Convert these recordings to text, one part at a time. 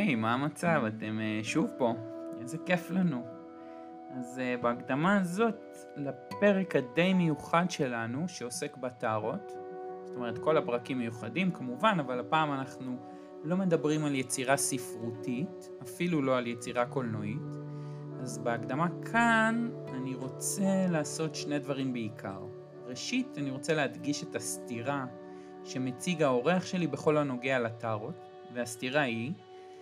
היי, מה המצב? אתם שוב פה? איזה כיף לנו. אז בהקדמה הזאת, לפרק הדי מיוחד שלנו, שעוסק בטהרות, זאת אומרת, כל הפרקים מיוחדים כמובן, אבל הפעם אנחנו לא מדברים על יצירה ספרותית, אפילו לא על יצירה קולנועית. אז בהקדמה כאן אני רוצה לעשות שני דברים בעיקר. ראשית, אני רוצה להדגיש את הסתירה שמציג האורח שלי בכל הנוגע לטהרות, והסתירה היא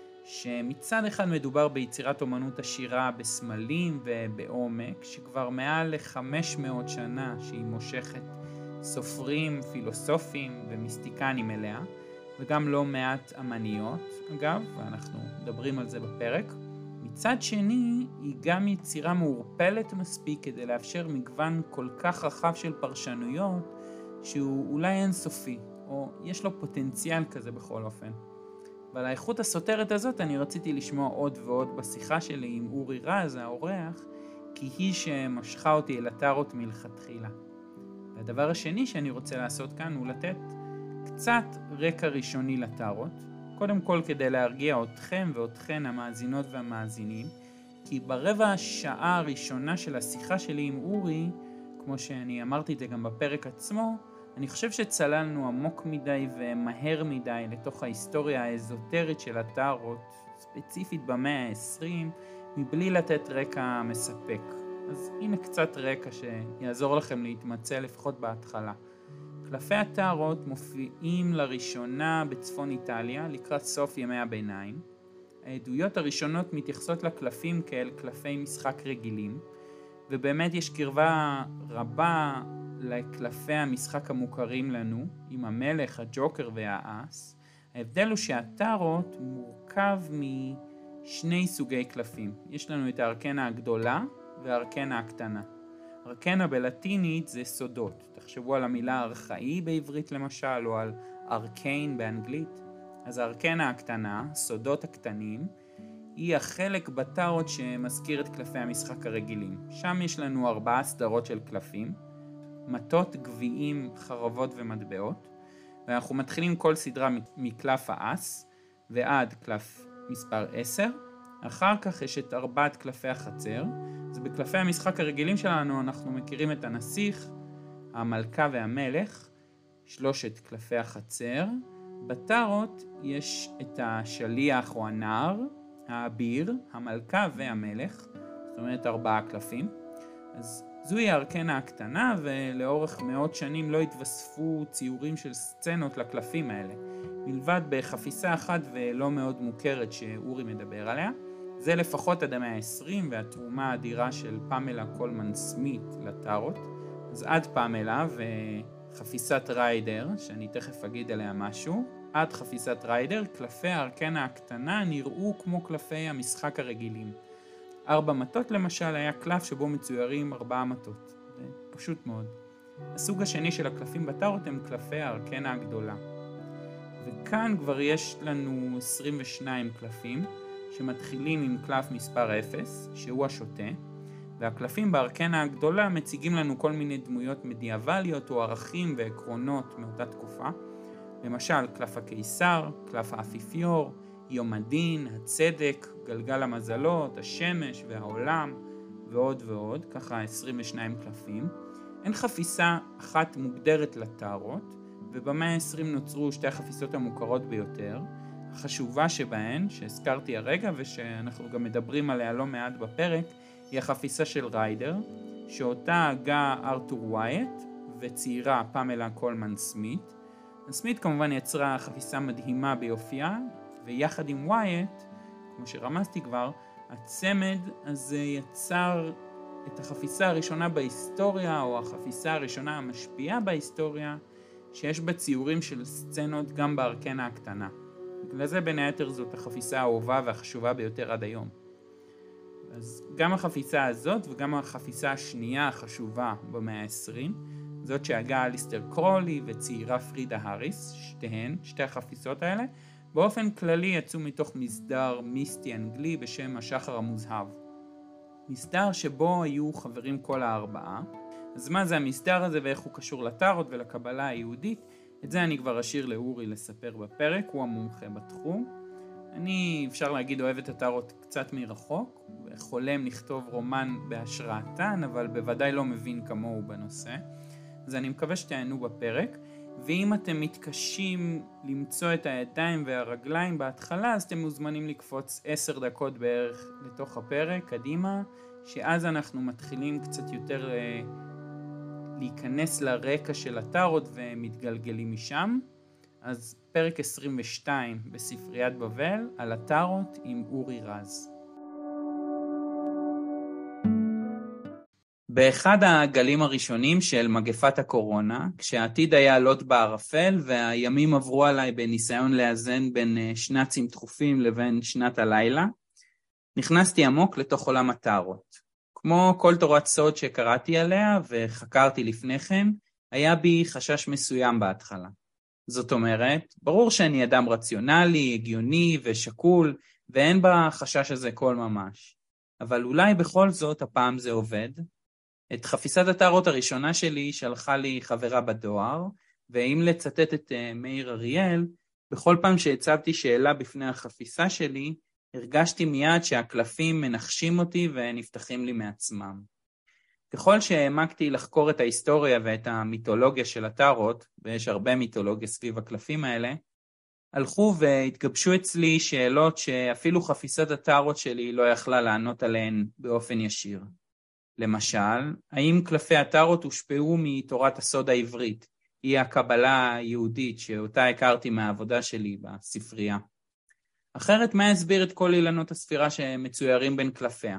שמצד אחד מדובר ביצירת אומנות עשירה בסמלים ובעומק, שכבר מעל ל-500 שנה שהיא מושכת סופרים, פילוסופים ומיסטיקנים אליה, וגם לא מעט אמניות, אגב, ואנחנו מדברים על זה בפרק. מצד שני, היא גם יצירה מעורפלת מספיק כדי לאפשר מגוון כל כך רחב של פרשנויות, שהוא אולי אינסופי, או יש לו פוטנציאל כזה בכל אופן. ועל האיכות הסותרת הזאת אני רציתי לשמוע עוד ועוד בשיחה שלי עם אורי רז, האורח, כי היא שמשכה אותי אל הטהרות מלכתחילה. והדבר השני שאני רוצה לעשות כאן הוא לתת קצת רקע ראשוני לטהרות, קודם כל כדי להרגיע אתכם ואתכן המאזינות והמאזינים, כי ברבע השעה הראשונה של השיחה שלי עם אורי, כמו שאני אמרתי את זה גם בפרק עצמו, אני חושב שצללנו עמוק מדי ומהר מדי לתוך ההיסטוריה האזוטרית של הטהרות, ספציפית במאה ה-20, מבלי לתת רקע מספק. אז הנה קצת רקע שיעזור לכם להתמצא לפחות בהתחלה. קלפי הטהרות מופיעים לראשונה בצפון איטליה לקראת סוף ימי הביניים. העדויות הראשונות מתייחסות לקלפים כאל קלפי משחק רגילים, ובאמת יש קרבה רבה לקלפי המשחק המוכרים לנו, עם המלך, הג'וקר והאס. ההבדל הוא שהטהרות מורכב משני סוגי קלפים. יש לנו את הארקנה הגדולה והארקנה הקטנה. ארקנה בלטינית זה סודות. תחשבו על המילה ארכאי בעברית למשל, או על ארקיין באנגלית. אז הארקנה הקטנה, סודות הקטנים, היא החלק בטהרות שמזכיר את קלפי המשחק הרגילים. שם יש לנו 4 סדרות של קלפים, מטות, גביעים, חרבות ומטבעות, ואנחנו מתחילים כל סדרה מקלף האס ועד קלף מספר 10. אחר כך יש את 4 קלפי החצר. אז בקלפי המשחק הרגילים שלנו אנחנו מכירים את הנסיך, המלכה והמלך, 3 קלפי החצר. בטהרות יש את השליח או הנער, האביר, המלכה והמלך, זאת אומרת 4 קלפים. אז זוהי הארקנה הקטנה, ולאורך מאות שנים לא התווספו ציורים של סצנות לקלפים האלה, מלבד בחפיסה אחת ולא מאוד מוכרת שאורי מדבר עליה. זה לפחות עד המאה ה-20 והתרומה האדירה של פמלה קולמן סמית לטהרות. אז עד פמלה וחפיסת ריידר, שאני תכף אגיד עליה משהו, עד חפיסת ריידר, קלפי הארקנה הקטנה נראו כמו קלפי המשחק הרגילים. 4 מטות למשל היה קלף שבו מצוירים 4 מטות. זה פשוט מאוד. הסוג השני של הקלפים בטהרות הם קלפי הארקנה הגדולה. וכאן כבר יש לנו 22 קלפים שמתחילים עם קלף מספר 0, שהוא השוטה, והקלפים בארקנה הגדולה מציגים לנו כל מיני דמויות מדיאבליות או ערכים ועקרונות מאותה תקופה. למשל קלף הקיסר, קלף האפיפיור, יום הדין, הצדק, גלגל המזלות, השמש והעולם ועוד ועוד, ככה 22 קלפים. אין חפיסה אחת מוגדרת לטהרות, ובמאה ה-20 נוצרו 2 חפיסות המוכרות ביותר. החשובה שבהן, שהזכרתי הרגע ושאנחנו גם מדברים עליה לא מעט בפרק, היא החפיסה של ריידר, שאותה הגה ארתור ווייט וציירה פמלה קולמן סמית. סמית כמובן יצרה חפיסה מדהימה ביופייה, ויחד עם ווייט, כמו שרמזתי כבר, הצמד הזה יצר את החפיסה הראשונה בהיסטוריה, או החפיסה הראשונה המשפיעה בהיסטוריה, שיש בה ציורים של סצנות גם בארקנה הקטנה. בגלל זה בין היתר זאת החפיסה האהובה והחשובה ביותר עד היום. אז גם החפיסה הזאת וגם החפיסה השנייה החשובה במאה ה-20, זאת שהגה אליסטר קרולי וציירה פרידה האריס, שתי החפיסות האלה, באופן כללי יצאו מתוך מסדר מיסטי אנגלי בשם השחר המוזהב. מסדר שבו היו חברים כל 4. אז מה זה המסדר הזה ואיך הוא קשור לטהרות ולקבלה היהודית? את זה אני כבר אשאיר לאורי לספר בפרק, הוא המומחה בתחום. אני, אפשר להגיד, אוהב את הטארוט קצת מרחוק, וחולם לכתוב רומן בהשראתן, אבל בוודאי לא מבין כמוהו בנושא. אז אני מקווה שתענו בפרק, ואם אתם מתקשים למצוא את הידיים והרגליים בהתחלה, אז אתם מוזמנים לקפוץ 10 דקות בערך לתוך הפרק, קדימה, שאז אנחנו מתחילים קצת יותר להיכנס לרקע של הטארוט ומתגלגלים משם. אז פרק 22 בספריית בבל על הטארוט עם אורי רז. באחד הגלים הראשונים של מגפת הקורונה, כשהעתיד היה לוט בערפל והימים עברו עליי בניסיון לאזן בין שנצים תכופים לבין שנת הלילה, נכנסתי עמוק לתוך עולם הטארוט. כמו כל תורת סוד שקראתי עליה וחקרתי לפני כן, היה בי חשש מסוים בהתחלה. זאת אומרת, ברור שאני אדם רציונלי, הגיוני ושקול, ואין בחשש הזה כל ממש. אבל אולי בכל זאת הפעם זה עובד. את חפיסת הטארוט הראשונה שלי שלחה לי חברה בדואר, ואם לצטט את מאיר אריאל, בכל פעם שהצבתי שאלה בפני החפיסה שלי, הרגשתי מיד שהקלפים מנחשים אותי ונפתחים לי מעצמם. ככל שהעמקתי לחקור את ההיסטוריה ואת המיתולוגיה של הטארוט, ויש הרבה מיתולוגיה סביב הקלפים האלה, הלכו והתגבשו אצלי שאלות שאפילו חפיסת הטארוט שלי לא יכלה לענות עליהן באופן ישיר. למשל, האם קלפי הטארוט הושפעו מתורת הסוד העברית, היא הקבלה היהודית שאותה הכרתי מהעבודה שלי בספרייה. אחרת, מה הסביר את כל אילנות הספירה שמצוירים בין קלפיה?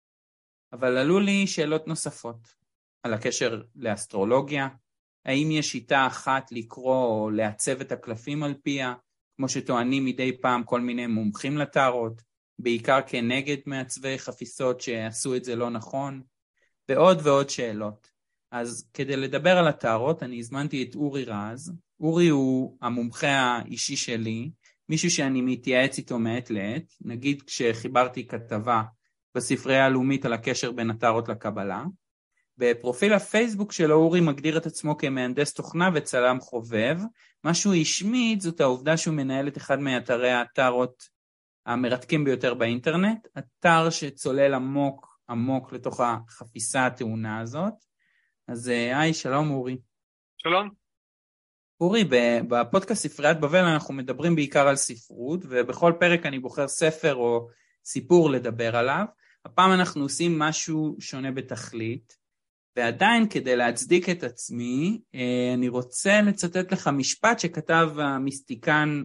אבל עלו לי שאלות נוספות על הקשר לאסטרולוגיה, האם יש שיטה אחת לקרוא או לעצב את הקלפים על פיה, כמו שטוענים מדי פעם כל מיני מומחים לטארוט, בעיקר כנגד מעצבי חפיסות שעשו את זה לא נכון, ועוד ועוד שאלות. אז כדי לדבר על הטארוט, אני הזמנתי את אורי רז. אורי הוא המומחה האישי שלי, מישהו שאני מתייעץ איתו מעת לעת, נגיד כשחיברתי כתבה בספרייה הלאומית על הקשר בין הטארוט לקבלה. בפרופיל הפייסבוק שלו אורי מגדיר את עצמו כמהנדס תוכנה וצלם חובב. מה שהוא השמיט זאת העובדה שהוא מנהל את אחד מאתרי הטארוט המרתקים ביותר באינטרנט, אתר שצולל עמוק לתוך החפיסה הטעונה הזאת. אז היי, שלום אורי. שלום. אורי, בפודקאסט ספריית בבל אנחנו מדברים בעיקר על ספרות, ובכל פרק אני בוחר ספר או סיפור לדבר עליו. הפעם אנחנו עושים משהו שונה בתכלית, ועדיין כדי להצדיק את עצמי, אני רוצה לצטט לך משפט שכתב המיסטיקן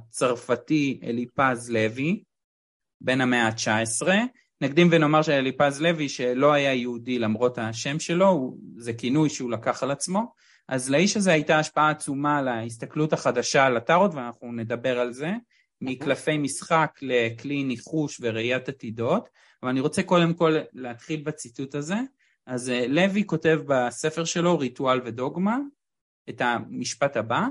הצרפתי אליפז לוי, בן המאה ה-19. נקדים ונאמר שאליפז לוי שלא היה יהודי למרות השם שלו, זה כינוי שהוא לקח על עצמו, אז לאיש הזה הייתה השפעה עצומה על ההסתכלות החדשה על הטארוט, ואנחנו נדבר על זה, מקלפי משחק לכלי ניחוש וראיית עתידות, אבל אני רוצה קודם כל להתחיל בציטוט הזה. אז לוי כותב בספר שלו ריטואל ודוגמה את המשפט הבא: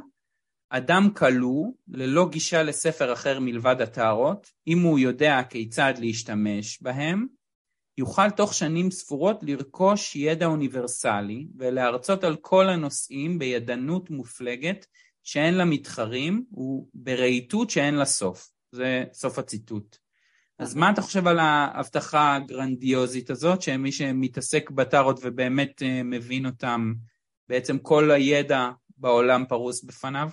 אדם קלו ללא גישה לספר אחר מלבד הטארוט, אם הוא יודע כיצד להשתמש בהם, יוכל תוך שנים ספורות לרכוש ידע אוניברסלי ולהרצות על כל הנושאים בידענות מופלגת שאין לה מתחרים וברהיטות שאין לה סוף. זה סוף הציטוט. אז מה אתה חושב על ההבטחה הגרנדיוזית הזאת, שמי שמתעסק בטארוט ובאמת מבין אותם, בעצם כל הידע בעולם פרוס בפניו?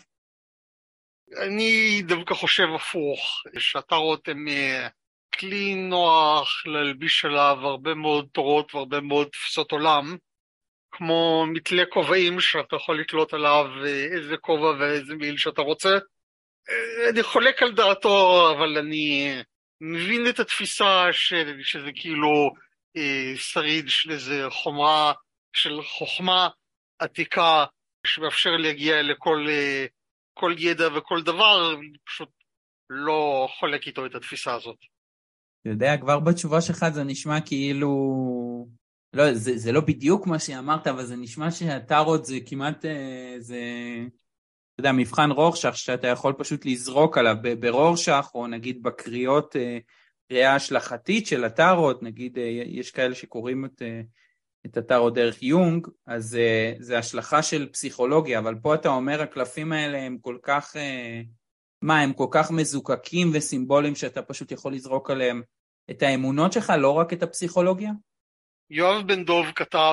אני דווקא חושב הפוך, שהטארוט הם כלי נוח להלביש עליו הרבה מאוד תורות והרבה מאוד תפיסות עולם, כמו מתלה כובעים שאתה יכול לתלות עליו איזה כובע ואיזה מעיל שאתה רוצה. אני חולק על דעתו, אבל אני מבין את התפיסה שזה כאילו שריד של איזה חומרה של חוכמה עתיקה שמאפשר להגיע לכל ידע וכל דבר, אני פשוט לא חולק איתו את התפיסה הזאת. אתה יודע, כבר בתשובה שלך זה נשמע כאילו, לא, זה לא בדיוק מה שאמרת, אבל זה נשמע שהטארוט זה כמעט, זה, אתה יודע, מבחן רורשך שאתה יכול פשוט לזרוק עליו ברורשך, או נגיד בקריאות קריאה השלכתית של הטארוט, נגיד יש כאלה שקוראים את הטארוט דרך יונג, אז זה השלכה של פסיכולוגיה, אבל פה אתה אומר הקלפים האלה הם כל כך מה, הם כל כך מזוקקים וסימבולים שאתה פשוט יכול לזרוק עליהם את האמונות שלך, לא רק את הפסיכולוגיה? יואב בן דוב כתב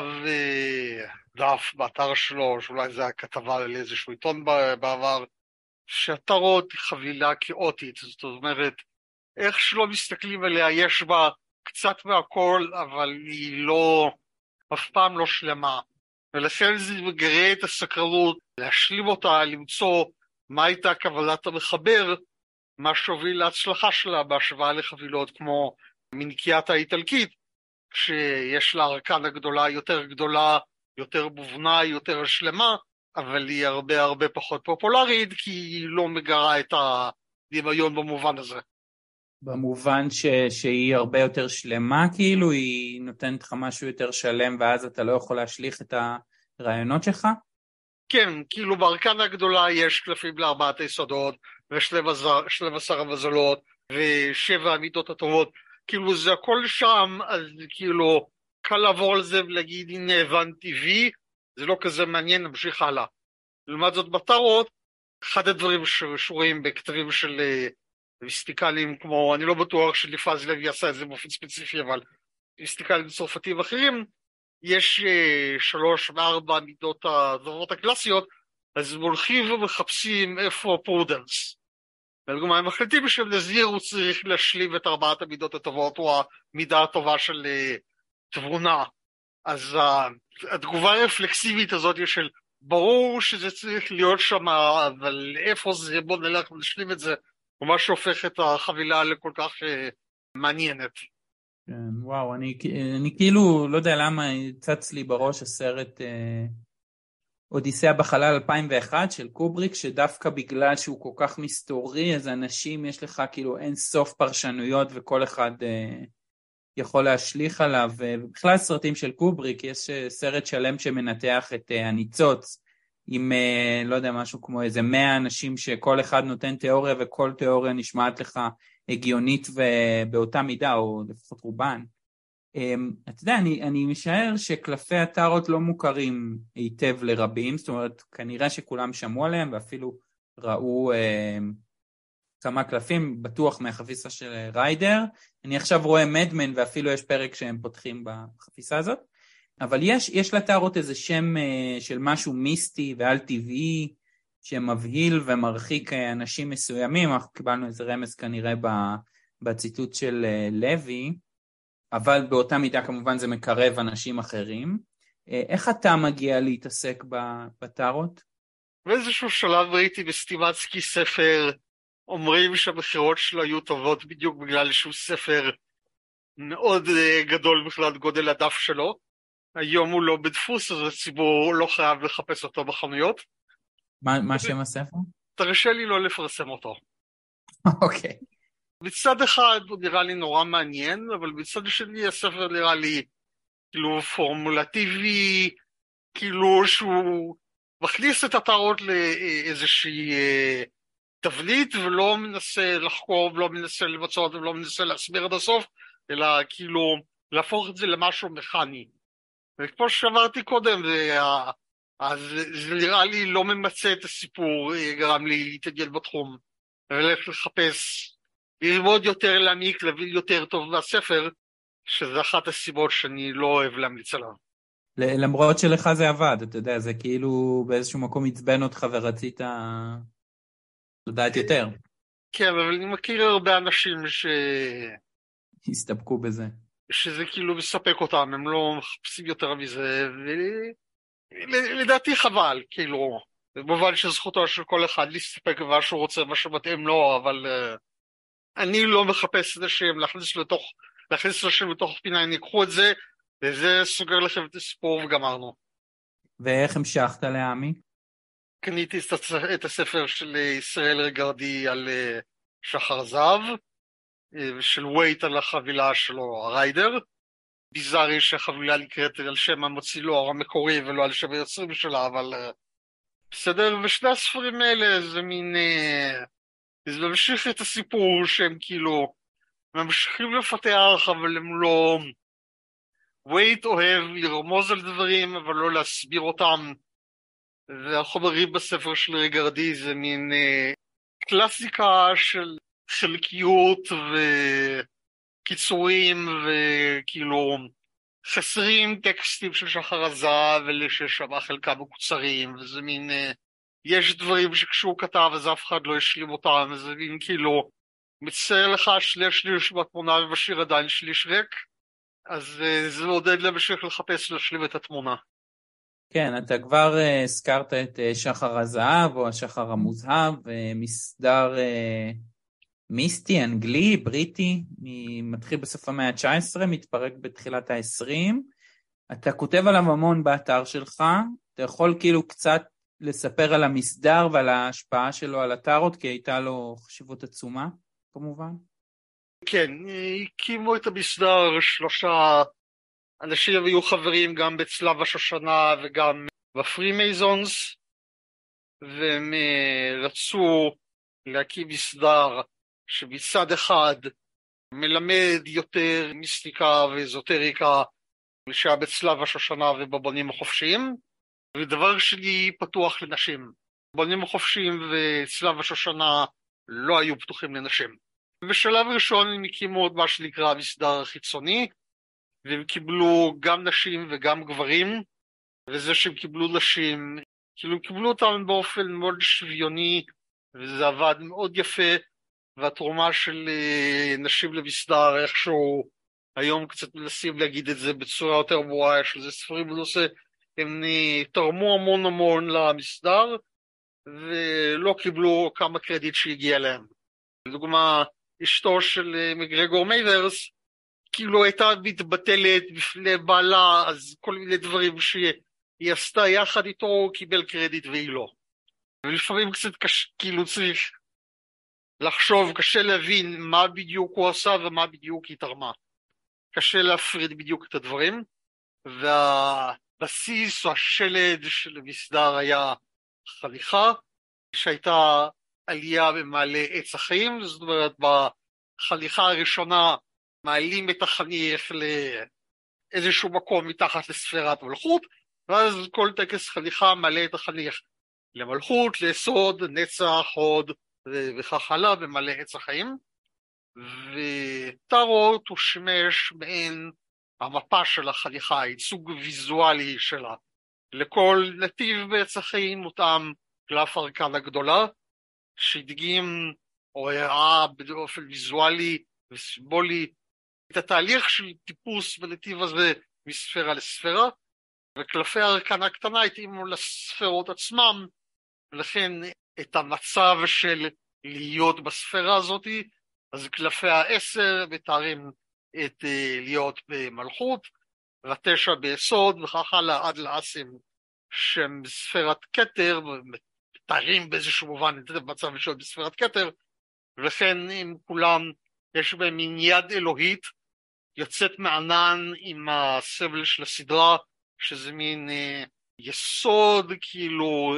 דף באתר שלו, שאולי זה הכתבה על איזשהו עיתון בעבר, שהטארוט היא חבילה כאוטית, זאת אומרת, איך שלא מסתכלים עליה, יש בה קצת מהכל, אבל היא לא, אף פעם לא שלמה. ולכן זה מגרה את הסקרנות, להשלים אותה, למצוא מה הייתה כוונת המחבר, מה שהוביל להצלחה שלה בהשוואה לחבילות כמו מנקיית האיטלקית, שיש לה ארכנה גדולה, יותר מובנה, יותר שלמה, אבל היא הרבה הרבה פחות פופולרית, כי היא לא מגרה את הדמיון במובן הזה. במובן שהיא הרבה יותר שלמה, כאילו היא נותנת לך משהו יותר שלם, ואז אתה לא יכול להשליך את הרעיונות שלך? כן, כאילו בארכנה הגדולה יש קלפים לארבעת היסודות, ו12 המזלות, ו7 המידות הטובות, כאילו זה הכל שם, אז כאילו קל לעבור על זה ולהגיד הנה הבנתי וי, זה לא כזה מעניין, נמשיך הלאה. לעומת זאת בטארוט, אחד הדברים שרואים בכתבים של מיסטיקלים, כמו, אני לא בטוח שליפז לוי עשה את זה באופן ספציפי, אבל מיסטיקלים צרפתיים אחרים, יש 3 ו4 מידות הזרות הקלאסיות, אז הם הולכים ומחפשים איפה פרודנס. ולגמרי הם מחליטים שלזיר הוא צריך להשלים את 4 המידות הטובות, או המידה הטובה של תבונה. אז התגובה הרפלקסיבית הזאת של ברור שזה צריך להיות שם, אבל איפה זה, בוא נלך ונשלים את זה, הוא מה שהופך את החבילה לכל כך מעניינת. כן, וואו, אני כאילו, לא יודע למה, צץ לי בראש הסרט אודיסאה בחלל 2001 של קובריק, שדווקא בגלל שהוא כל כך מסתורי, אז אנשים יש לך כאילו אין סוף פרשנויות, וכל אחד יכול להשליך עליו, ובכלל סרטים של קובריק, יש סרט שלם שמנתח את הניצוץ, עם, לא יודע, משהו כמו איזה 100 אנשים שכל אחד נותן תיאוריה, וכל תיאוריה נשמעת לך הגיונית ובאותה מידה, או לפחות רובן. אתה יודע, אני משער שקלפי הטארוט לא מוכרים היטב לרבים, זאת אומרת, כנראה שכולם שמעו עליהם, ואפילו ראו כמה קלפים, בטוח מהחפיסה של ריידר. אני עכשיו רואה מדמן, ואפילו יש פרק שהם פותחים בחפיסה הזאת. אבל יש לטארוט איזה שם של משהו מיסטי ועל טבעי, שמבהיל ומרחיק אנשים מסוימים. אנחנו קיבלנו איזה רמז כנראה בציטוט של לוי, אבל באותה מידה כמובן זה מקרב אנשים אחרים. איך אתה מגיע להתעסק בטארוט? באיזשהו שלב ראיתי בסטימצקי ספר, אומרים שהמחירות שלו היו טובות בדיוק בגלל שהוא ספר מאוד גדול בכלל גודל הדף שלו. היום הוא לא בדפוס, אז הציבור לא חייב לחפש אותו בחנויות. מה שם הספר? תרשה לי לא לפרסם אותו. אוקיי. מצד אחד הוא נראה לי נורא מעניין, אבל מצד שני הספר נראה לי כאילו פורמולטיבי, כאילו שהוא מכניס את הטארוט לאיזושהי תבנית, ולא מנסה לחקור, ולא מנסה לבצעות, ולא מנסה להסביר עד הסוף, אלא כאילו להפוך את זה למשהו מכני. וכמו שאמרתי קודם, אז זה נראה לי לא ממצא את הסיפור, גרם לי להתעניין בתחום, ולך לחפש, ללמוד יותר, להעמיק, להבין יותר טוב מהספר, שזה אחת הסיבות שאני לא אוהב להמליץ עליו. למרות שלך זה עבד, אתה יודע, זה כאילו באיזשהו מקום עצבן אותך ורצית לדעת יותר. כן, אבל אני מכיר הרבה אנשים הסתפקו בזה. שזה כאילו מספק אותם, הם לא מחפשים יותר מזה, ולדעתי חבל, כאילו, במובן שזכותו של כל אחד להסתפק במה שהוא רוצה, מה שמתאים לו, אבל אני לא מחפש את השם, להכניס לשם לתוך פינה, הם ייקחו את זה, וזה סוגר לכם את הסיפור וגמרנו. ואיך המשכת לעמי? קניתי את הספר של ישראל רגרדי על שחר זהב, של ווייט על החבילה שלו, הריידר. ביזארי שהחבילה נקראת על שם המוצילור המקורי ולא על שם היוצרים שלה, אבל בסדר. ושני הספרים האלה זה מין, זה ממשיך את הסיפור שהם כאילו ממשיכים לפתח, אבל הם לא, ווייט אוהב לרמוז על דברים אבל לא להסביר אותם, והחומרים בספר של רגרדי זה מין קלאסיקה של חלקיות וקיצורים וכאילו חסרים טקסטים של שחר הזהב ולששמה חלקם מקוצרים, וזה מין, יש דברים שכשהוא כתב אז אף אחד לא השלים אותם, וזה מין כאילו מצטער לך שליש בתמונה ובשיר עדיין שליש ריק, אז זה מעודד להמשיך לחפש להשלים את התמונה. כן, אתה כבר הזכרת את שחר הזהב או השחר המוזהב, מסדר מיסטי, אנגלי, בריטי, מתחיל בסוף המאה ה-19, מתפרק בתחילת ה-20. אתה כותב עליו המון באתר שלך, אתה יכול כאילו קצת לספר על המסדר ועל ההשפעה שלו על הטארוט, כי הייתה לו חשיבות עצומה, כמובן. כן, הקימו את המסדר 3 אנשים, היו חברים גם בצלב השושנה וגם בפרימייזונס, והם רצו להקים מסדר שמצד אחד מלמד יותר מיסטיקה ואזוטריקה שהיה בצלב השושנה ובבונים החופשיים, ודבר שני פתוח לנשים. בונים החופשיים וצלב השושנה לא היו פתוחים לנשים. בשלב ראשון הם הקימו את מה שנקרא מסדר חיצוני, והם קיבלו גם נשים וגם גברים, וזה שהם קיבלו נשים, כאילו קיבלו אותם באופן מאוד שוויוני, וזה עבד מאוד יפה, והתרומה של נשים למסדר, איכשהו היום קצת מנסים להגיד את זה בצורה יותר ברורה, יש לזה ספרים בנושא, הם תרמו המון למסדר, ולא קיבלו כמה קרדיט שהגיע להם. לדוגמה, אשתו של מגרגור מייברס, כאילו הייתה מתבטלת בפני בעלה, אז כל מיני דברים שהיא עשתה יחד איתו, הוא קיבל קרדיט והיא לא. ולפעמים קצת כאילו צריך לחשוב, קשה להבין מה בדיוק הוא עשה ומה בדיוק היא תרמה. קשה להפריד בדיוק את הדברים, והבסיס או השלד של המסדר היה חניכה, שהייתה עלייה במעלה עץ החיים, זאת אומרת בחניכה הראשונה מעלים את החניך לאיזשהו מקום מתחת לספירת מלכות, ואז כל טקס חניכה מעלה את החניך למלכות, ליסוד, נצח, הוד וכך הלאה במעלה עץ החיים. וטארוט הוא שימש מעין המפה של החניכה, ייצוג ויזואלי שלה. לכל נתיב בעץ החיים מותאם קלף ארקנה גדולה, שהדגים או הראה באופן ויזואלי וסימבולי את התהליך של טיפוס בנתיב הזה מספירה לספירה, וקלפי הארקנה הקטנה התאימו לספירות עצמם, ולכן את המצב של להיות בספירה הזאת, אז קלפי ה10 מתארים את להיות במלכות, ו9 ביסוד וכך הלאה עד לאסים שהם בספירת כתר, מתארים באיזשהו מובן את המצב של בספירת כתר, ולכן אם כולם יש בהם מין יד אלוהית יוצאת מענן עם הסבל של הסדרה, שזה מין יסוד כאילו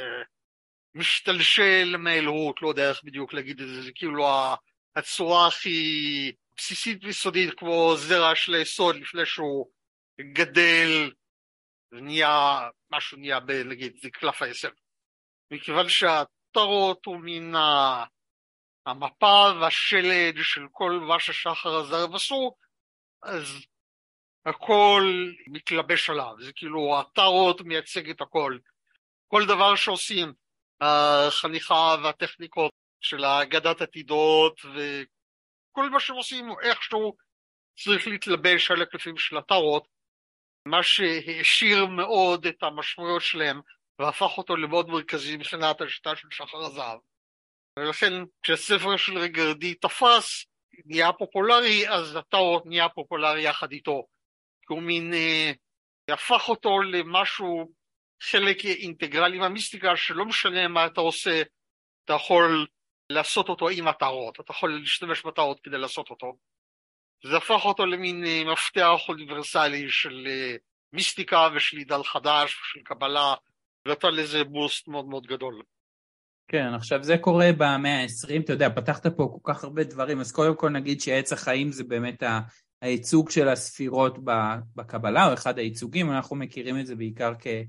משתלשל מאלוהות, לא יודע איך בדיוק להגיד את זה, זה כאילו הצורה הכי בסיסית ויסודית, כמו זרע של היסוד לפני שהוא גדל ונהיה משהו, נהיה נגיד זה קלף 10. מכיוון שהטארוט הוא מן המפה והשלד של כל מה ששחר הזהב עשו, אז הכל מתלבש עליו, זה כאילו הטארוט מייצג את הכל. כל דבר שעושים, החניכה והטכניקות של אגדת עתידות וכל מה שהם עושים הוא איכשהו צריך להתלבש על הקלפים של הטארוט, מה שהעשיר מאוד את המשמעויות שלהם והפך אותו למאוד מרכזי מבחינת השיטה של שחר הזהב. ולכן כשהספר של רגרדי תפס, נהיה פופולרי, אז הטארוט נהיה פופולרי יחד איתו. כי הוא מין הפך אותו למשהו חלק אינטגרלי מהמיסטיקה, שלא משנה מה אתה עושה, אתה יכול לעשות אותו עם הטארוט, אתה יכול להשתמש בטארוט כדי לעשות אותו. זה הפך אותו למין מפתח אוניברסלי של מיסטיקה ושל עידן חדש ושל קבלה, ונתן לזה בוסט מאוד מאוד גדול. כן, עכשיו זה קורה במאה ה-20, אתה יודע, פתחת פה כל כך הרבה דברים, אז קודם כל נגיד שעץ החיים זה באמת הייצוג של הספירות בקבלה, או אחד הייצוגים, אנחנו מכירים את זה בעיקר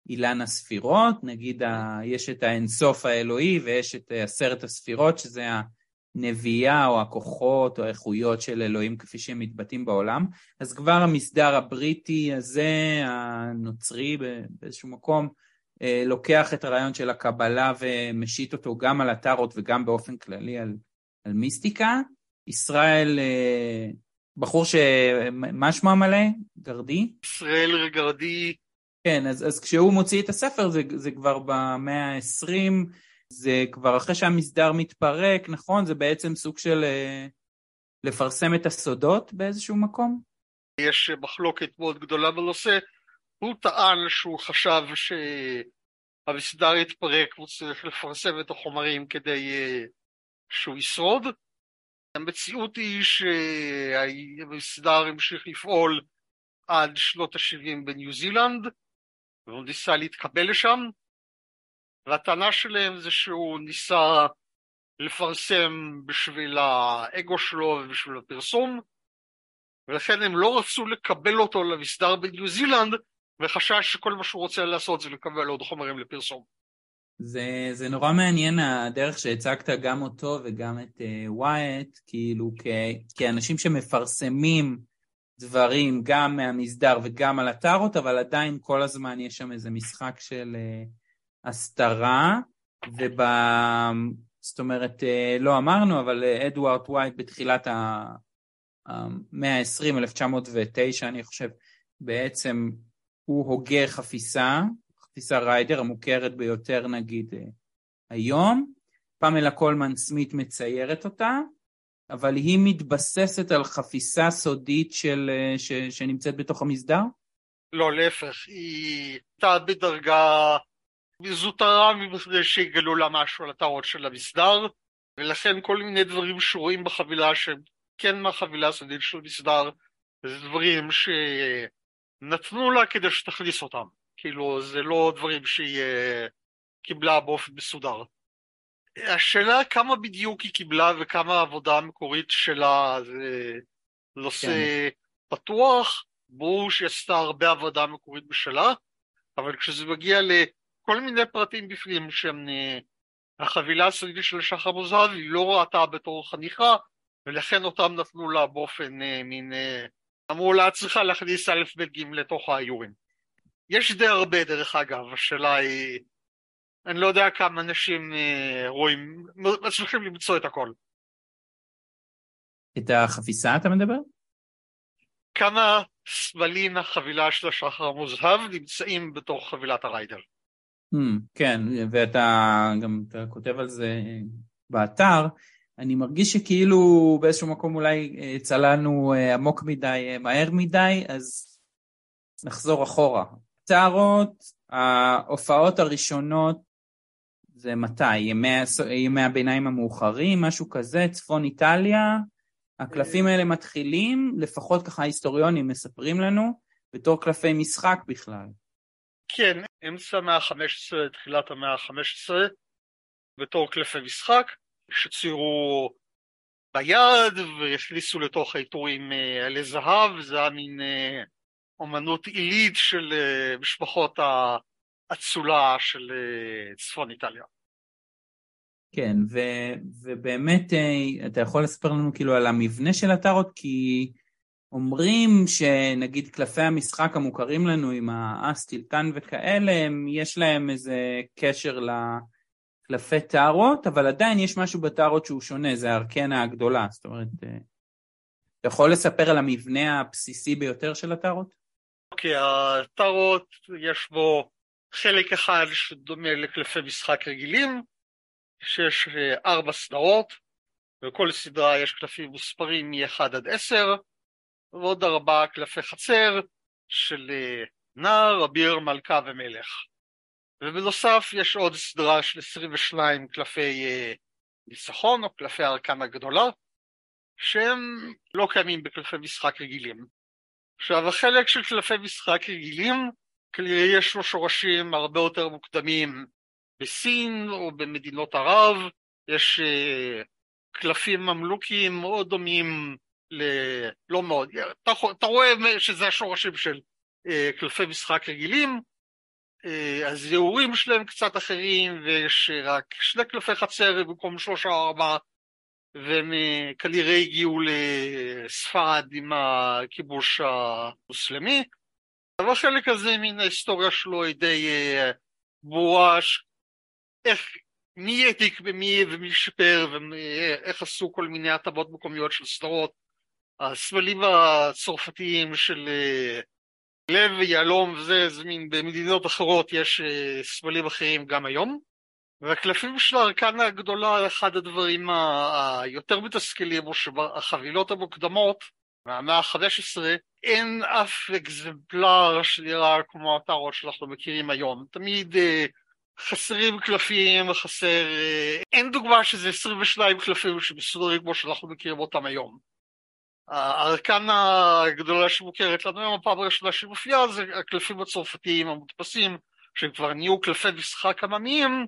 אילן הספירות, נגיד יש את האינסוף האלוהי ויש את 10 הספירות, שזה הנביאה או הכוחות או האיכויות של אלוהים כפי שהם מתבטאים בעולם. אז כבר המסדר הבריטי הזה, הנוצרי באיזשהו מקום, לוקח את הרעיון של הקבלה ומשית אותו גם על הטארוט וגם באופן כללי על מיסטיקה. ישראל, בחור מה שמו המלא? גרדי? ישראל גרדי. כן, אז כשהוא מוציא את הספר זה כבר במאה ה-20, זה כבר אחרי שהמסדר מתפרק, נכון? זה בעצם סוג של לפרסם את הסודות באיזשהו מקום? יש מחלוקת מאוד גדולה בנושא. הוא טען שהוא חשב שהמסדר יתפרק והוא צריך לפרסם את החומרים כדי שהוא ישרוד. המציאות היא שהמסדר המשיך לפעול עד שנות ה-70 בניו זילנד, והוא ניסה להתקבל לשם, והטענה שלהם זה שהוא ניסה לפרסם בשביל האגו שלו ובשביל הפרסום, ולכן הם לא רצו לקבל אותו למסדר בניו זילנד, וחשש שכל מה שהוא רוצה לעשות זה לקבל עוד חומרים לפרסום. זה נורא מעניין הדרך שהצגת גם אותו וגם את ווייט, כאילו כאנשים שמפרסמים דברים גם מהמסדר וגם על הטארוט, אבל עדיין כל הזמן יש שם איזה משחק של הסתרה, זאת אומרת, לא אמרנו, אבל אדוארד ווייט בתחילת המאה ה-20, 1909, אני חושב, בעצם הוא הוגה חפיסה ריידר, המוכרת ביותר נגיד היום. פמלה קולמן סמית מציירת אותה, אבל היא מתבססת על חפיסה סודית שנמצאת בתוך המסדר? לא, להפך, היא הייתה בדרגה זוטרה מבלי שיגלו לה משהו על הטארוט של המסדר, ולכן כל מיני דברים שרואים בחבילה שהם כן מהחבילה הסודית של המסדר, זה דברים שנתנו לה כדי שתכניס אותם. כאילו, זה לא דברים שהיא קיבלה באופן מסודר. השאלה כמה בדיוק היא קיבלה וכמה העבודה המקורית שלה זה נושא פתוח. ברור שהיא עשתה הרבה עבודה מקורית בשלה, אבל כשזה מגיע לכל מיני פרטים בפנים שהם החבילה הסודית של שחר מוזהב, היא לא ראתה בתור חניכה, ולכן אותם נתנו לה באופן מין, אמרו לה צריכה להכניס א' ב' ג' לתוך האיורים. יש די הרבה דרך אגב, השאלה היא, אני לא יודע כמה אנשים רואים, מצליחים למצוא את הכל. את החפיסה אתה מדבר? כמה סמלים החבילה של השחר המוזהב נמצאים בתוך חבילת הריידר. כן, ואתה גם כותב על זה באתר. אני מרגיש שכאילו באיזשהו מקום אולי צללנו עמוק מדי, מהר מדי, אז נחזור אחורה. טארוט, ההופעות הראשונות, זה מתי? ימי הביניים המאוחרים, משהו כזה, צפון איטליה. הקלפים האלה מתחילים, לפחות ככה היסטוריונים מספרים לנו, בתור קלפי משחק בכלל. כן, אמצע המאה ה-15, תחילת המאה ה-15, בתור קלפי משחק, שציירו ביד והכניסו לתוך העיטורים עלי זהב, זה היה מין אומנות עילית של משפחות האצולה של צפון איטליה. כן, ובאמת אתה יכול לספר לנו כאילו על המבנה של הטארוט, כי אומרים שנגיד קלפי המשחק המוכרים לנו עם האס, טילטן וכאלה, יש להם איזה קשר לקלפי טארוט, אבל עדיין יש משהו בטארוט שהוא שונה, זה הארקנה הגדולה, זאת אומרת, אתה יכול לספר על המבנה הבסיסי ביותר של הטארוט? אוקיי, הטארוט יש בו חלק אחד שדומה לקלפי משחק רגילים, שיש 4 סדרות, ובכל סדרה יש קלפים מוספרים מ-1 עד 10, ועוד 4 קלפי חצר של נער, אביר, מלכה ומלך. ובנוסף יש עוד סדרה של 22 קלפי ניצחון או קלפי הארקנה הגדולה, שהם לא קיימים בקלפי משחק רגילים. עכשיו, החלק של קלפי משחק רגילים, כנראה יש לו שורשים הרבה יותר מוקדמים בסין או במדינות ערב. יש קלפים ממלוכים מאוד דומים לא מאוד, אתה רואה שזה השורשים של קלפי משחק רגילים. אז יעורים שלהם קצת אחרים, ויש רק 2 קלפי חצר במקום 3 או 4, והם כנראה הגיעו לספרד עם הכיבוש המוסלמי. אבל החלק הזה מן ההיסטוריה שלו היא די ברורה, מי העתיק במי ומי שיפר ואיך עשו כל מיני הטבות מקומיות של סדרות. הסמלים הצרפתיים של לב ויהלום וזה, במדינות אחרות יש סמלים אחרים גם היום. והקלפים של הארקנה הגדולה, אחד הדברים היותר מתסכלים הוא שהחבילות המוקדמות מהמאה ה-15 אין אף אקזמפלר שנראה כמו הטארות שאנחנו מכירים היום. תמיד חסרים קלפים, אין דוגמה שזה 22 קלפים שמסודרים כמו שאנחנו מכירים אותם היום. הארקנה הגדולה שמוכרת לנו היום, הפעם הראשונה שמופיעה, זה הקלפים הצרפתיים המודפסים, שהם כבר נהיו קלפי משחק עממיים,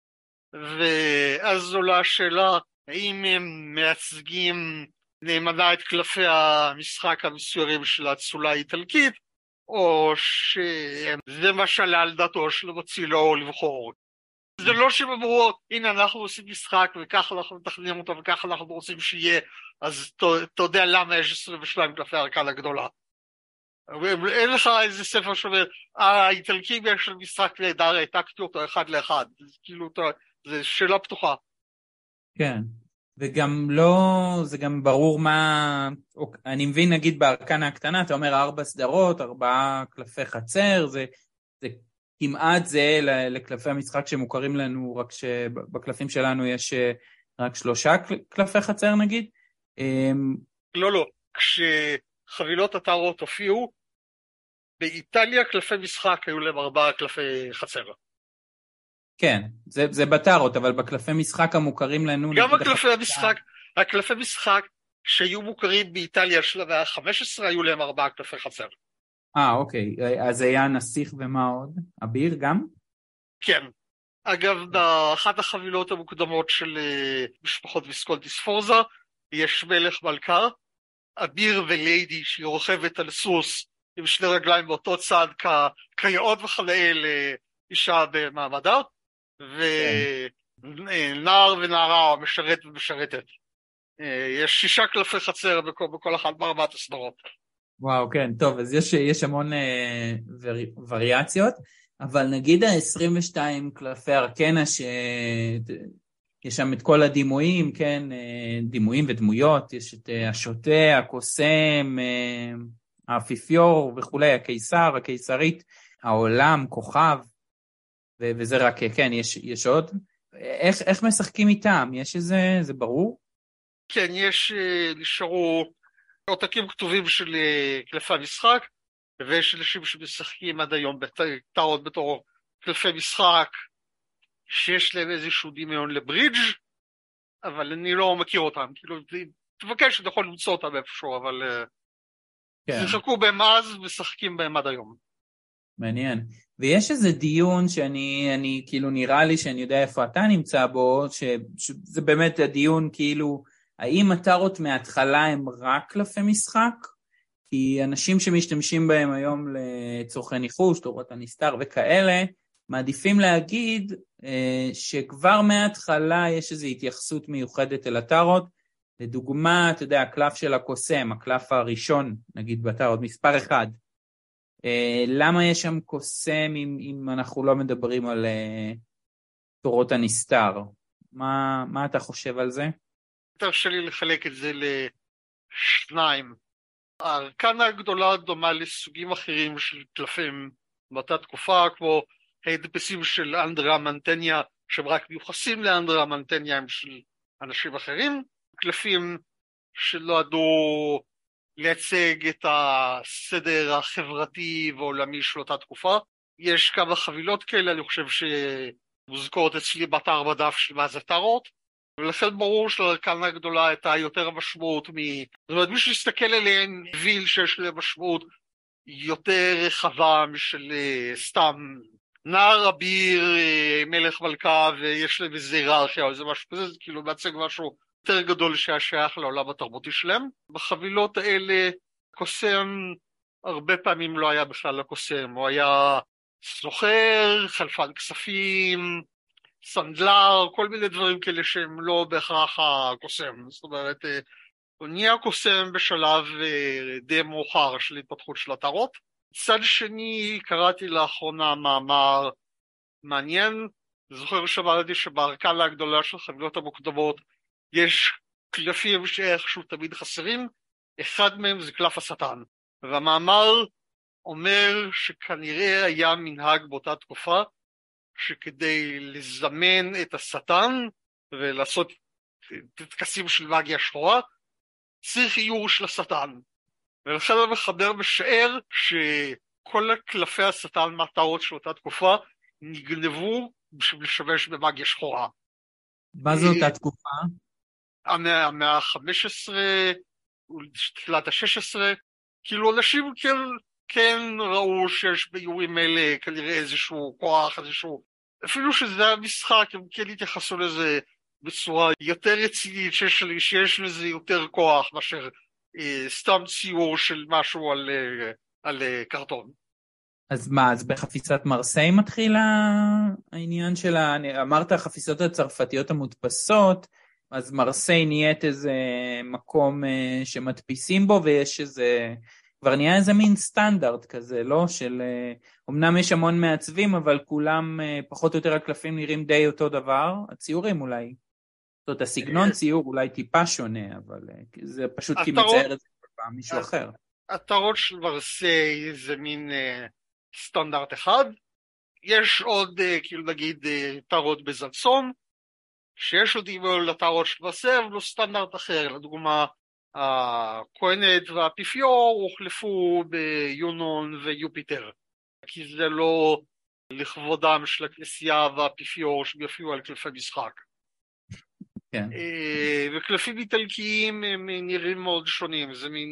ואז עולה השאלה, האם הם מייצגים נאמנה את קלפי המשחק המסוירים של האצולה האיטלקית, או שזה מה שעלה על דעתו של המוציא לאור לבחור. זה לא שהם אמרו, הנה אנחנו עושים משחק וככה אנחנו מתכננים אותו וככה אנחנו רוצים שיהיה, אז אתה יודע למה יש 22 קלפי הארקנה הגדולה. אין לך איזה ספר שאומר, האיטלקים יש של משחק נהדר, העתקתי אותו 1 ל-1, כאילו זה שאלה פתוחה. כן, וגם לא, זה גם ברור מה, אני מבין נגיד בארקנה הקטנה, אתה אומר 4 סדרות, 4 קלפי חצר, זה כמעט זה לקלפי המשחק שמוכרים לנו, רק שבקלפים שלנו יש רק 3 קלפי חצר נגיד. לא, כשחבילות הטארות הופיעו, באיטליה קלפי משחק היו להם 4 קלפי חצר. כן, זה בטארות, אבל בקלפי משחק המוכרים לנו... גם הקלפי משחק שהיו מוכרים באיטליה של המאה ה-15 היו להם 4 קלפי חצר. אוקיי, אז היה נסיך ומה עוד? אביר גם? כן. אגב, באחת החבילות המוקדמות של משפחות ויסקונטי ספורזה, יש מלך מלכה, אביר וליידי שהיא רוכבת על סוס עם 2 רגליים באותו צד כיאות וחנאי לאישה במעמדה, ונער ונערה משרת ומשרתת. יש 6 קלפי חצר בכל אחת מ4 הסדרות. וואו, כן, טוב, אז יש המון וריאציות, אבל נגיד ה-22 קלפי ארקנה יש שם את כל הדימויים, כן, דימויים ודמויות, יש את השוטה, הקוסם, האפיפיור וכולי, הקיסר, הקיסרית, העולם, כוכב, וזה רק, כן, יש עוד. איך משחקים איתם? יש איזה, זה ברור? כן, נשארו עותקים כתובים של קלפי המשחק, ויש אנשים שמשחקים עד היום בטארות בתור קלפי משחק, שיש להם איזשהו דמיון לברידג', אבל אני לא מכיר אותם, כאילו, תבקש, אתה יכול למצוא אותם איפשהו, אבל שיחקו בהם אז, משחקים בהם עד היום. מעניין. ויש איזה דיון שאני כאילו נראה לי שאני יודע איפה אתה נמצא בו, שזה באמת הדיון כאילו, האם הטארות מההתחלה הם רק קלפי משחק? כי אנשים שמשתמשים בהם היום לצורכי ניחוש, תורת הנסתר וכאלה, מעדיפים להגיד שכבר מההתחלה יש איזו התייחסות מיוחדת אל הטארות. לדוגמה, אתה יודע, הקלף של הקוסם, הקלף הראשון, נגיד בטארות, מספר 1. למה יש שם קוסם אם אנחנו לא מדברים על תורות הנסתר? מה אתה חושב על זה? תרשה לי לחלק את זה ל2. הארקנה הגדולה דומה לסוגים אחרים של קלפים באותה תקופה, כמו ההדפסים של אנדרה מנטניה, שהם רק מיוחסים לאנדרה מנטניה, הם של אנשים אחרים, קלפים שנועדו לייצג את הסדר החברתי והעולמי של אותה תקופה. יש כמה חבילות כאלה, אני חושב שמוזכרות אצלי באתר בדף של מה זה טארות, ולכן ברור שלארקנה הגדולה הייתה יותר משמעות זאת אומרת, מי שיסתכל עליהן הבין שיש להם משמעות יותר רחבה משל סתם נער אביר, מלך מלכה, ויש להם איזה היררכיה או איזה משהו כזה, זה כאילו מייצג משהו יותר גדול שהיה שייך לעולם התרבותי שלהם. בחבילות האלה קוסם הרבה פעמים לא היה בכלל הקוסם, הוא היה סוחר, חלפן כספים, סנדלר, כל מיני דברים כאלה שהם לא בהכרח הקוסם. זאת אומרת, הוא נהיה קוסם בשלב די מאוחר של התפתחות של הטארוט. מצד שני, קראתי לאחרונה מאמר מעניין, זוכר שאמרתי שבארקנה הגדולה של החבילות המוקדמות יש קלפים שאיכשהו תמיד חסרים, אחד מהם זה קלף השטן, והמאמר אומר שכנראה היה מנהג באותה תקופה שכדי לזמן את השטן ולעשות טקסים של מגיה שחורה צריך איור של השטן, ולכן המחבר משער שכל קלפי השטן מהטארוט של אותה תקופה נגנבו בשביל לשמש במגיה שחורה. מה זו אותה תקופה? המאה ה-15, תחילת ה-16, כאילו אנשים כן ראו שיש באיורים האלה כנראה איזשהו כוח, איזשהו, אפילו שזה היה משחק, הם כן התייחסו לזה בצורה יותר רצינית, שיש לזה יותר כוח מאשר סתם ציור של משהו על קרטון. אז מה, אז בחפיסת מרסיי מתחיל העניין של אמרת החפיסות הצרפתיות המודפסות, אז מרסיי נהיית איזה מקום שמדפיסים בו, ויש איזה, כבר נהיה איזה מין סטנדרט כזה, לא? של, אמנם יש המון מעצבים, אבל כולם, פחות או יותר הקלפים נראים די אותו דבר, הציורים אולי. זאת אומרת, הסגנון ציור אולי טיפה שונה, אבל זה פשוט כי מצייר את זה פעם מישהו אחר. הטארוט של מרסיי זה מין סטנדרט אחד, יש עוד כאילו נגיד טארוט בזנסון, שיש עוד אימול לטארוט של מרסיי, אבל הוא סטנדרט אחר, לדוגמה הכהנת והאפיפיור הוחלפו ביונון ויופיטר, כי זה לא לכבודם של הכנסייה והאפיפיור שיופיעו על קלפי משחק. כן. וקלפים איטלקיים הם נראים מאוד שונים, זה מין,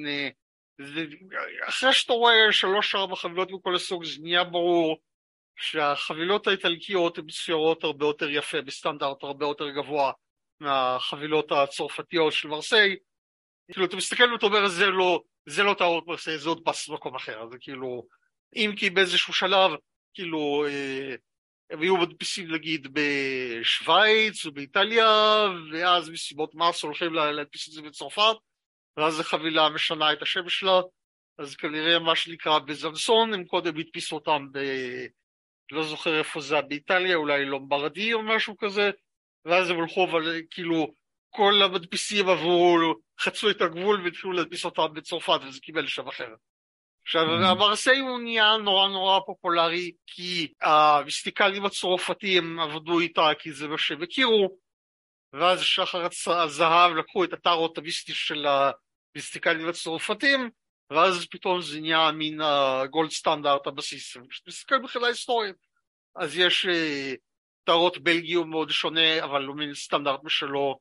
אחרי שאתה רואה 3-4 חבילות מכל הסוג, זה נהיה ברור שהחבילות האיטלקיות הן מצוירות הרבה יותר יפה, בסטנדרט הרבה יותר גבוה מהחבילות הצרפתיות של מרסיי. כאילו אתה מסתכל ואתה אומר, זה לא טארוט מרסיי, זה עוד פס במקום אחר, זה כאילו, אם כי באיזשהו שלב, כאילו, הם היו מדפיסים נגיד בשוויץ ובאיטליה, ואז מסיבות מס הולכים להדפיס את זה בצרפת, ואז החבילה משנה את השם שלה, אז כנראה מה שנקרא בזנסון, הם קודם הדפיסו אותם לא זוכר איפה זה, באיטליה, אולי לומברדי או משהו כזה, ואז הם הולכו, כאילו, כל המדפיסים עברו, חצו את הגבול והתחילו להדפיס אותם בצרפת, וזה קיבל שם אחר. עכשיו, המרסיי הוא נהיה נורא נורא פופולרי, כי המיסטיקלים הצרפתיים עבדו איתה, כי זה מה שהם הכירו, ואז שחר הזהב לקחו את הטארוט המיסטי של המיסטיקלים הצרפתיים, ואז פתאום זה נהיה מין הגולד סטנדרט הבסיס. כשתסתכל בחילה היסטורית, אז יש טארוט בלגי הוא מאוד שונה, אבל הוא מין סטנדרט משלו,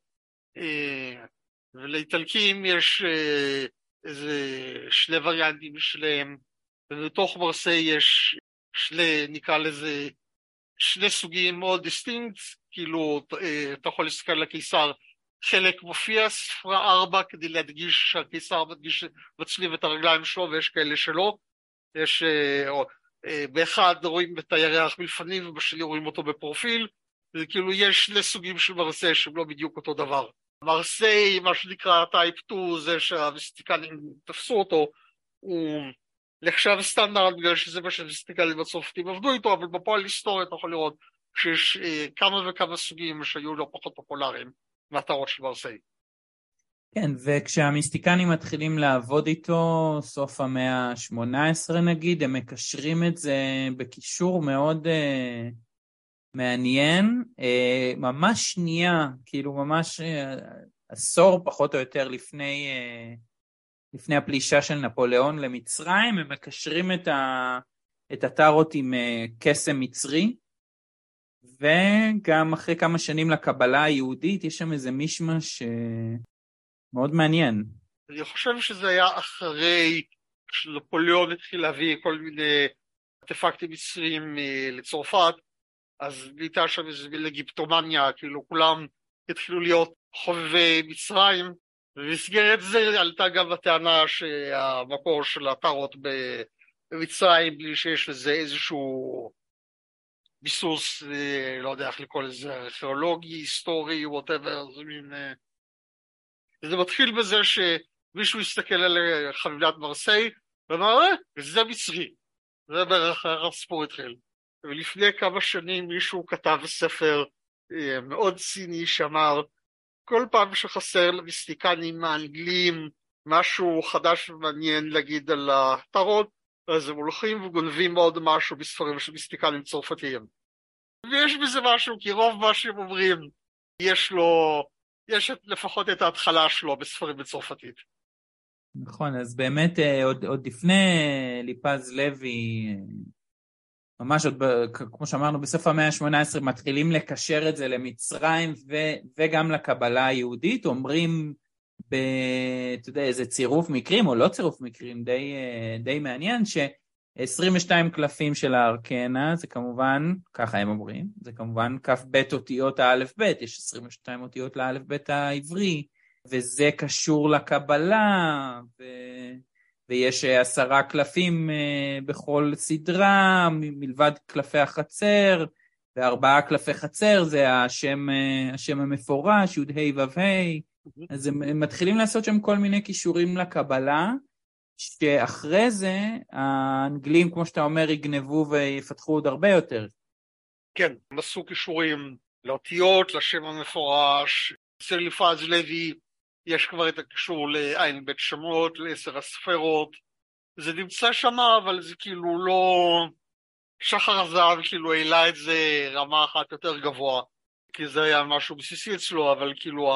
ולאיטלקים יש איזה שני וריאנטים שלהם, ובתוך מרסיי יש נקרא לזה שני סוגים מאוד דיסטינקט, כאילו אתה יכול להסתכל על הקיסר, חלק מופיע ספרה 4 כדי להדגיש שהקיסר מדגיש מצליב את הרגליים שלו, ויש כאלה שלא, יש באחד רואים את הירח מלפנים ובשני רואים אותו בפרופיל, וכאילו יש שני סוגים של מרסיי שהם לא בדיוק אותו דבר. מרסיי, מה שנקרא טייפ 2, זה שהמיסטיקלים תפסו אותו, הוא נחשב סטנדרט בגלל שזה מה שהמיסטיקלים הצרפתיים עבדו איתו, אבל בפועל היסטוריה אתה יכול לראות שיש כמה וכמה סוגים שהיו לא פחות פופולריים מהטארוט של מרסיי. כן, וכשהמיסטיקנים מתחילים לעבוד איתו, סוף המאה ה-18 נגיד, הם מקשרים את זה בקישור מאוד מעניין, ממש שנייה, כאילו ממש עשור פחות או יותר לפני הפלישה של נפוליאון למצרים, הם מקשרים את הטארוט עם קסם מצרי, וגם אחרי כמה שנים לקבלה היהודית, יש שם איזה מישמש מאוד מעניין. אני חושב שזה היה אחרי שנפוליאון התחיל להביא כל מיני ארטפקטים מצריים לצרפת, אז נהייתה שם איזה לגיפטומניה, כאילו כולם התחילו להיות חובבי מצרים, ובמסגרת זה עלתה גם הטענה שהמקור של הטארוט במצרים בלי שיש לזה איזשהו ביסוס, לא יודע איך לקרוא לזה, ארכיאולוגי, היסטורי, whatever, זה מתחיל בזה שמישהו יסתכל על חבילת מרסיי ואמר, זה מצרי, זה בערך הסיפור התחיל. ולפני כמה שנים מישהו כתב ספר מאוד ציני שאמר, כל פעם שחסר למיסטיקנים האנגלים משהו חדש ומעניין להגיד על הטארוט, אז הם הולכים וגונבים עוד משהו בספרים של מיסטיקנים צרפתיים. ויש בזה משהו, כי רוב מה שהם אומרים, יש לפחות את ההתחלה שלו בספרים בצרפתית. נכון, אז באמת עוד לפני ליפז לוי, ממש עוד, כמו שאמרנו, בסוף המאה ה-18 מתחילים לקשר את זה למצרים וגם לקבלה היהודית, אומרים, אתה יודע, איזה צירוף מקרים או לא צירוף מקרים, די מעניין, ש-22 קלפים של הארקנה, זה כמובן, ככה הם אומרים, זה כמובן כף בית אותיות האלף בית, יש 22 אותיות לאלף בית העברי, וזה קשור לקבלה, ויש 10 קלפים בכל סדרה, מלבד קלפי החצר, ו4 קלפי חצר, זה השם המפורש, י' ה' ו' ה', אז הם מתחילים לעשות שם כל מיני קישורים לקבלה, שאחרי זה האנגלים, כמו שאתה אומר, יגנבו ויפתחו עוד הרבה יותר. כן, הם עשו קישורים לאותיות, לשם המפורש, אצל ליפז לוי יש כבר את הקישור לעין בית שמות, ל10 הספרות, זה נמצא שם, אבל זה כאילו לא... שחר הזהב כאילו העלה את זה רמה אחת יותר גבוה, כי זה היה משהו בסיסי אצלו, אבל כאילו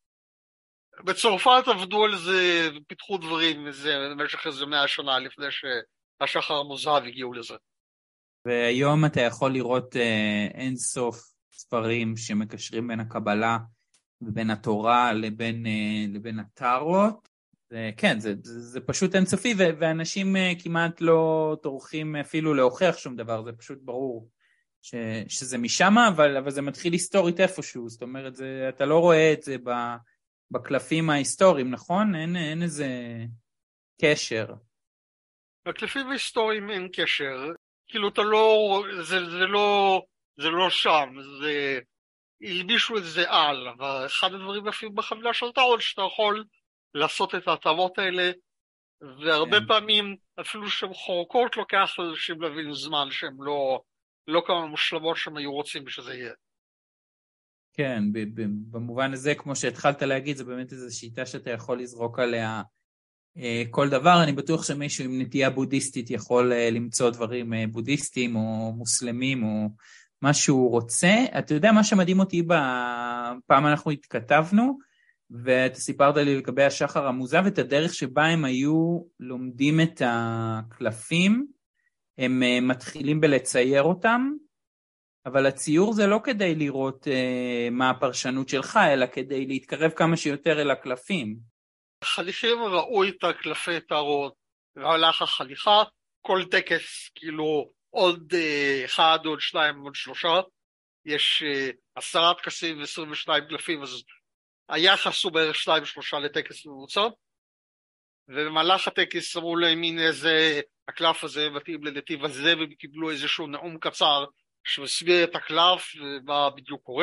בצרפת עבדו על זה ופיתחו דברים במשך איזה 100 שנה לפני שהשחר המוזהב הגיעו לזה. והיום אתה יכול לראות אין סוף ספרים שמקשרים בין הקבלה ובין התורה לבין הטארוט. כן, זה פשוט אינסופי, ואנשים כמעט לא טורחים אפילו להוכיח שום דבר, זה פשוט ברור שזה משם, אבל זה מתחיל היסטורית איפשהו, זאת אומרת, אתה לא רואה את זה בקלפים ההיסטוריים, נכון? אין איזה קשר. בקלפים ההיסטוריים אין קשר, כאילו אתה לא, זה לא שם, הלבישו את זה על, אבל אחד הדברים יפים בחבילה של טארוט, שאתה יכול לעשות את ההתאמות האלה, והרבה פעמים אפילו שהן חורקות לוקח לאנשים להבין זמן שהן לא כמה מושלמות שהם היו רוצים שזה יהיה. כן, במובן הזה, כמו שהתחלת להגיד, זה באמת איזו שיטה שאתה יכול לזרוק עליה כל דבר. אני בטוח שמישהו עם נטייה בודהיסטית יכול למצוא דברים בודהיסטיים או מוסלמים או מה שהוא רוצה. אתה יודע, מה שמדהים אותי בפעם אנחנו התכתבנו, ואתה סיפרת לי לגבי השחר המוזהב, את הדרך שבה הם היו לומדים את הקלפים, הם מתחילים בלצייר אותם, אבל הציור זה לא כדי לראות מה הפרשנות שלך, אלא כדי להתקרב כמה שיותר אל הקלפים. החניכים ראו את הקלפי טארוט, והלך החניכה, כל טקס כאילו עוד 1, עוד 2, עוד 3, יש 10 טקסים ו22 קלפים, אז היחס הוא בערך 2-3 לטקס ממוצע, ובמהלך הטקס אמרו להם, הנה זה, הקלף הזה מתאים לנתיב הזה, והם קיבלו איזשהו נאום קצר שמסביר את הקלף ומה בדיוק קורה,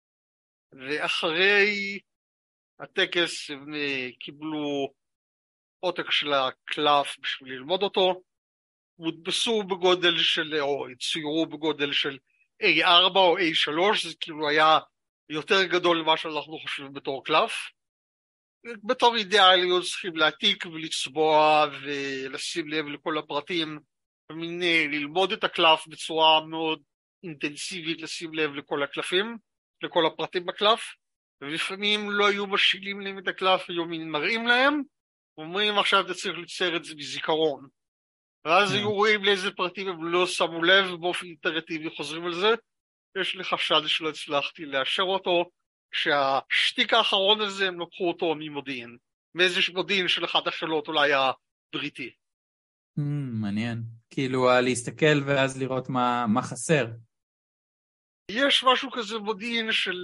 ואחרי הטקס הם קיבלו עותק של הקלף בשביל ללמוד אותו, הודפסו בגודל של, או צוירו בגודל של A4 או A3, זה כאילו היה יותר גדול ממה שאנחנו חושבים בתור קלף. בתור אידיאליות צריכים להעתיק ולצבוע ולשים לב לכל הפרטים, ללמוד את הקלף בצורה מאוד אינטנסיבית, לשים לב לכל הקלפים, לכל הפרטים בקלף, ולפעמים לא היו משילים להם את הקלף, היו מראים להם, אומרים עכשיו אתה צריך לצייר את זה בזיכרון. ואז היו רואים לאיזה פרטים הם לא שמו לב, באופן אינטרטיבי חוזרים על זה. יש לי חשד שלא הצלחתי לאשר אותו, שהשתיק האחרון הזה הם לקחו אותו ממודיעין, מאיזשהו מודיעין של אחת השאלות אולי הבריטי. מעניין, כאילו להסתכל ואז לראות מה חסר. יש משהו כזה מודיעין של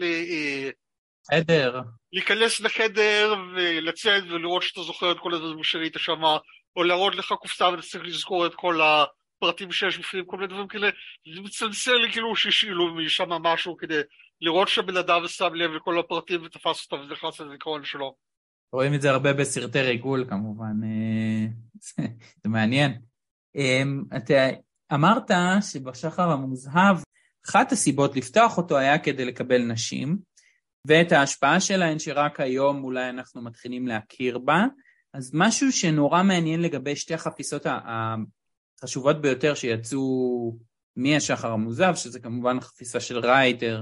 חדר. להיכנס לחדר ולצאת ולראות שאתה זוכר את כל הדברים שראית שם, או להראות לך קופסה ואתה צריך לזכור את כל הפרטים שיש בפנים, כל מיני דברים כאלה, זה מצלצל לי כאילו שהשאילו משם משהו כדי לראות שהבן אדם שם לב לכל הפרטים ותפס אותם ונכנס לזיכרון שלו. רואים את זה הרבה בסרטי ריגול כמובן, זה מעניין. אתה אמרת שבשחר המוזהב, אחת הסיבות לפתוח אותו היה כדי לקבל נשים, ואת ההשפעה שלהן שרק היום אולי אנחנו מתחילים להכיר בה, אז משהו שנורא מעניין לגבי שתי החפיסות החשובות ביותר שיצאו מהשחר המוזהב, שזה כמובן החפיסה של ריידר,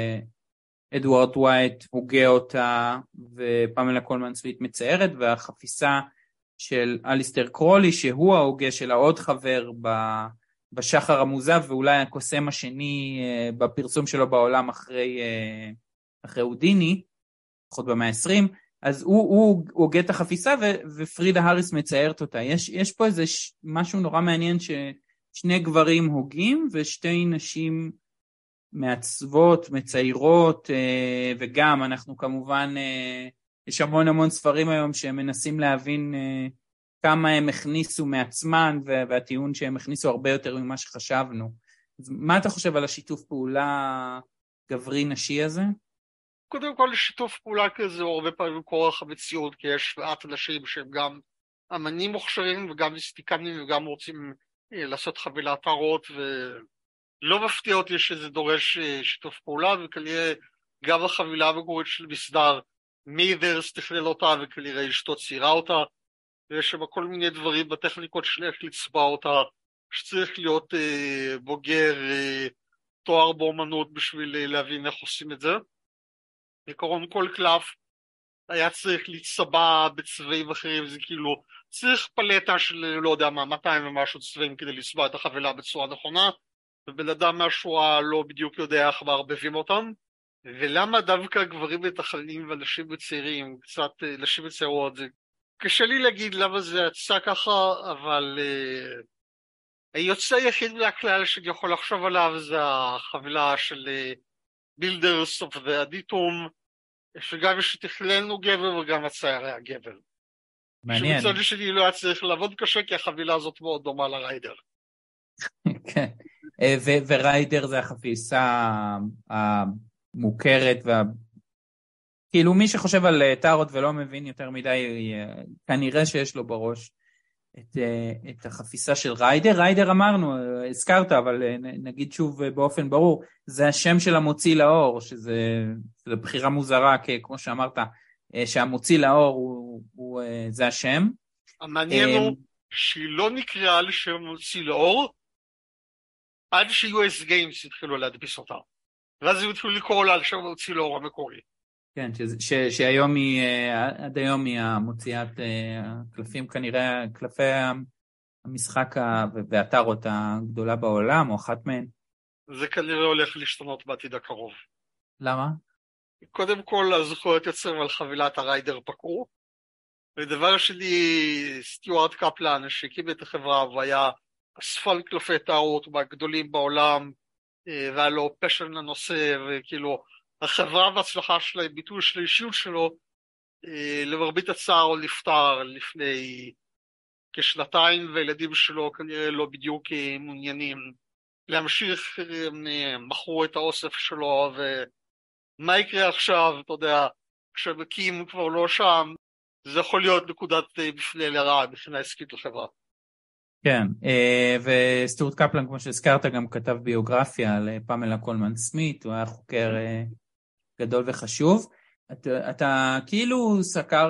שאדוארד ווייט הוגה אותה, ופמלה קולמן סמית מציירת, והחפיסה של אליסטר קרולי, שהוא ההוגה של העוד חבר בשחר המוזהב, ואולי הקוסם השני בפרסום שלו בעולם אחרי הודיני, לפחות במאה ה-20, אז הוא הוגה את החפיסה, ופרידה האריס מציירת אותה. יש פה איזה משהו נורא מעניין, ששני גברים הוגים, ושתי נשים מעצבות, מציירות, וגם אנחנו כמובן, יש המון ספרים היום, שמנסים להבין כמה הם הכניסו מעצמן, והטיעון שהם הכניסו הרבה יותר ממה שחשבנו. אז מה אתה חושב על השיתוף פעולה גברי-נשי הזה? קודם כל שיתוף פעולה כזה הוא הרבה פעמים כורח המציאות, כי יש מעט אנשים שהם גם אמנים מוכשרים וגם מיסטיקנים וגם רוצים לעשות חבילת תארות, ולא מפתיע אותי שזה דורש שיתוף פעולה, וכנראה גם החבילה המקורית של מסדר מיידרס תכלל אותה, וכנראה אשתו ציירה אותה, ויש שם כל מיני דברים בטכניקות של איך לצבע אותה, שצריך להיות בוגר תואר באומנות בשביל להבין איך עושים את זה. בעיקרון כל קלף היה צריך להצבע בצבעים אחרים, זה כאילו צריך פלטה של לא יודע מה, 200 ומשהו צבעים כדי לצבע את החבילה בצורה נכונה, ובן אדם מהשואה לא בדיוק יודע איך מערבבים אותם. ולמה דווקא גברים מתכננים ואנשים מצעירים, קצת נשים מצעירות, זה קשה לי להגיד למה זה יצא ככה, אבל היוצא היחיד מהכלל שאני יכול לחשוב עליו זה החבילה של Builders of the Aditum, שגם שתכללנו גבר וגם הצייר היה גבר. מעניין. שמצד שני לא היה צריך לעבוד קשה, כי החבילה הזאת מאוד דומה לריידר. כן, וריידר זה החפיסה המוכרת, כאילו מי שחושב על טארות ולא מבין יותר מדי, כנראה שיש לו בראש את החפיסה של ריידר. ריידר אמרנו, הזכרת, אבל נגיד שוב באופן ברור, זה השם של המוציא לאור, שזה בחירה מוזרה, כמו שאמרת, שהמוציא לאור זה השם. המעניין הוא שהיא לא נקראה לשם מוציא לאור, עד ש-US Games התחילו להדפיס אותה. ואז הם התחילו לקרוא לה לשם מוציא לאור המקורי. כן, שהיום היא, עד היום היא המוציאת הקלפים, כנראה קלפי המשחק והטארות הגדולה בעולם, או אחת מהן. זה כנראה הולך להשתנות בעתיד הקרוב. למה? קודם כל, הזכויות יוצרים על חבילת הריידר פקעו, ודבר שני, סטיוארט קפלן, שהקים את החברה, והיה אספן קלפי טארות מהגדולים בעולם, והיה לו פשן לנושא, וכאילו, החברה וההצלחה שלהם, ביטוי של האישיות שלו, למרבית הצער הוא נפטר לפני כשנתיים, והילדים שלו כנראה לא בדיוק מעוניינים להמשיך, מכרו את האוסף שלו, ומה יקרה עכשיו, אתה יודע, כשמקים כבר לא שם, זה יכול להיות נקודת מפנה לרעה מבחינה עסקית לחברה. כן, וסטיוארט קפלן, כמו שהזכרת, גם כתב ביוגרפיה על פמלה קולמן סמית, הוא היה חוקר גדול וחשוב. אתה כאילו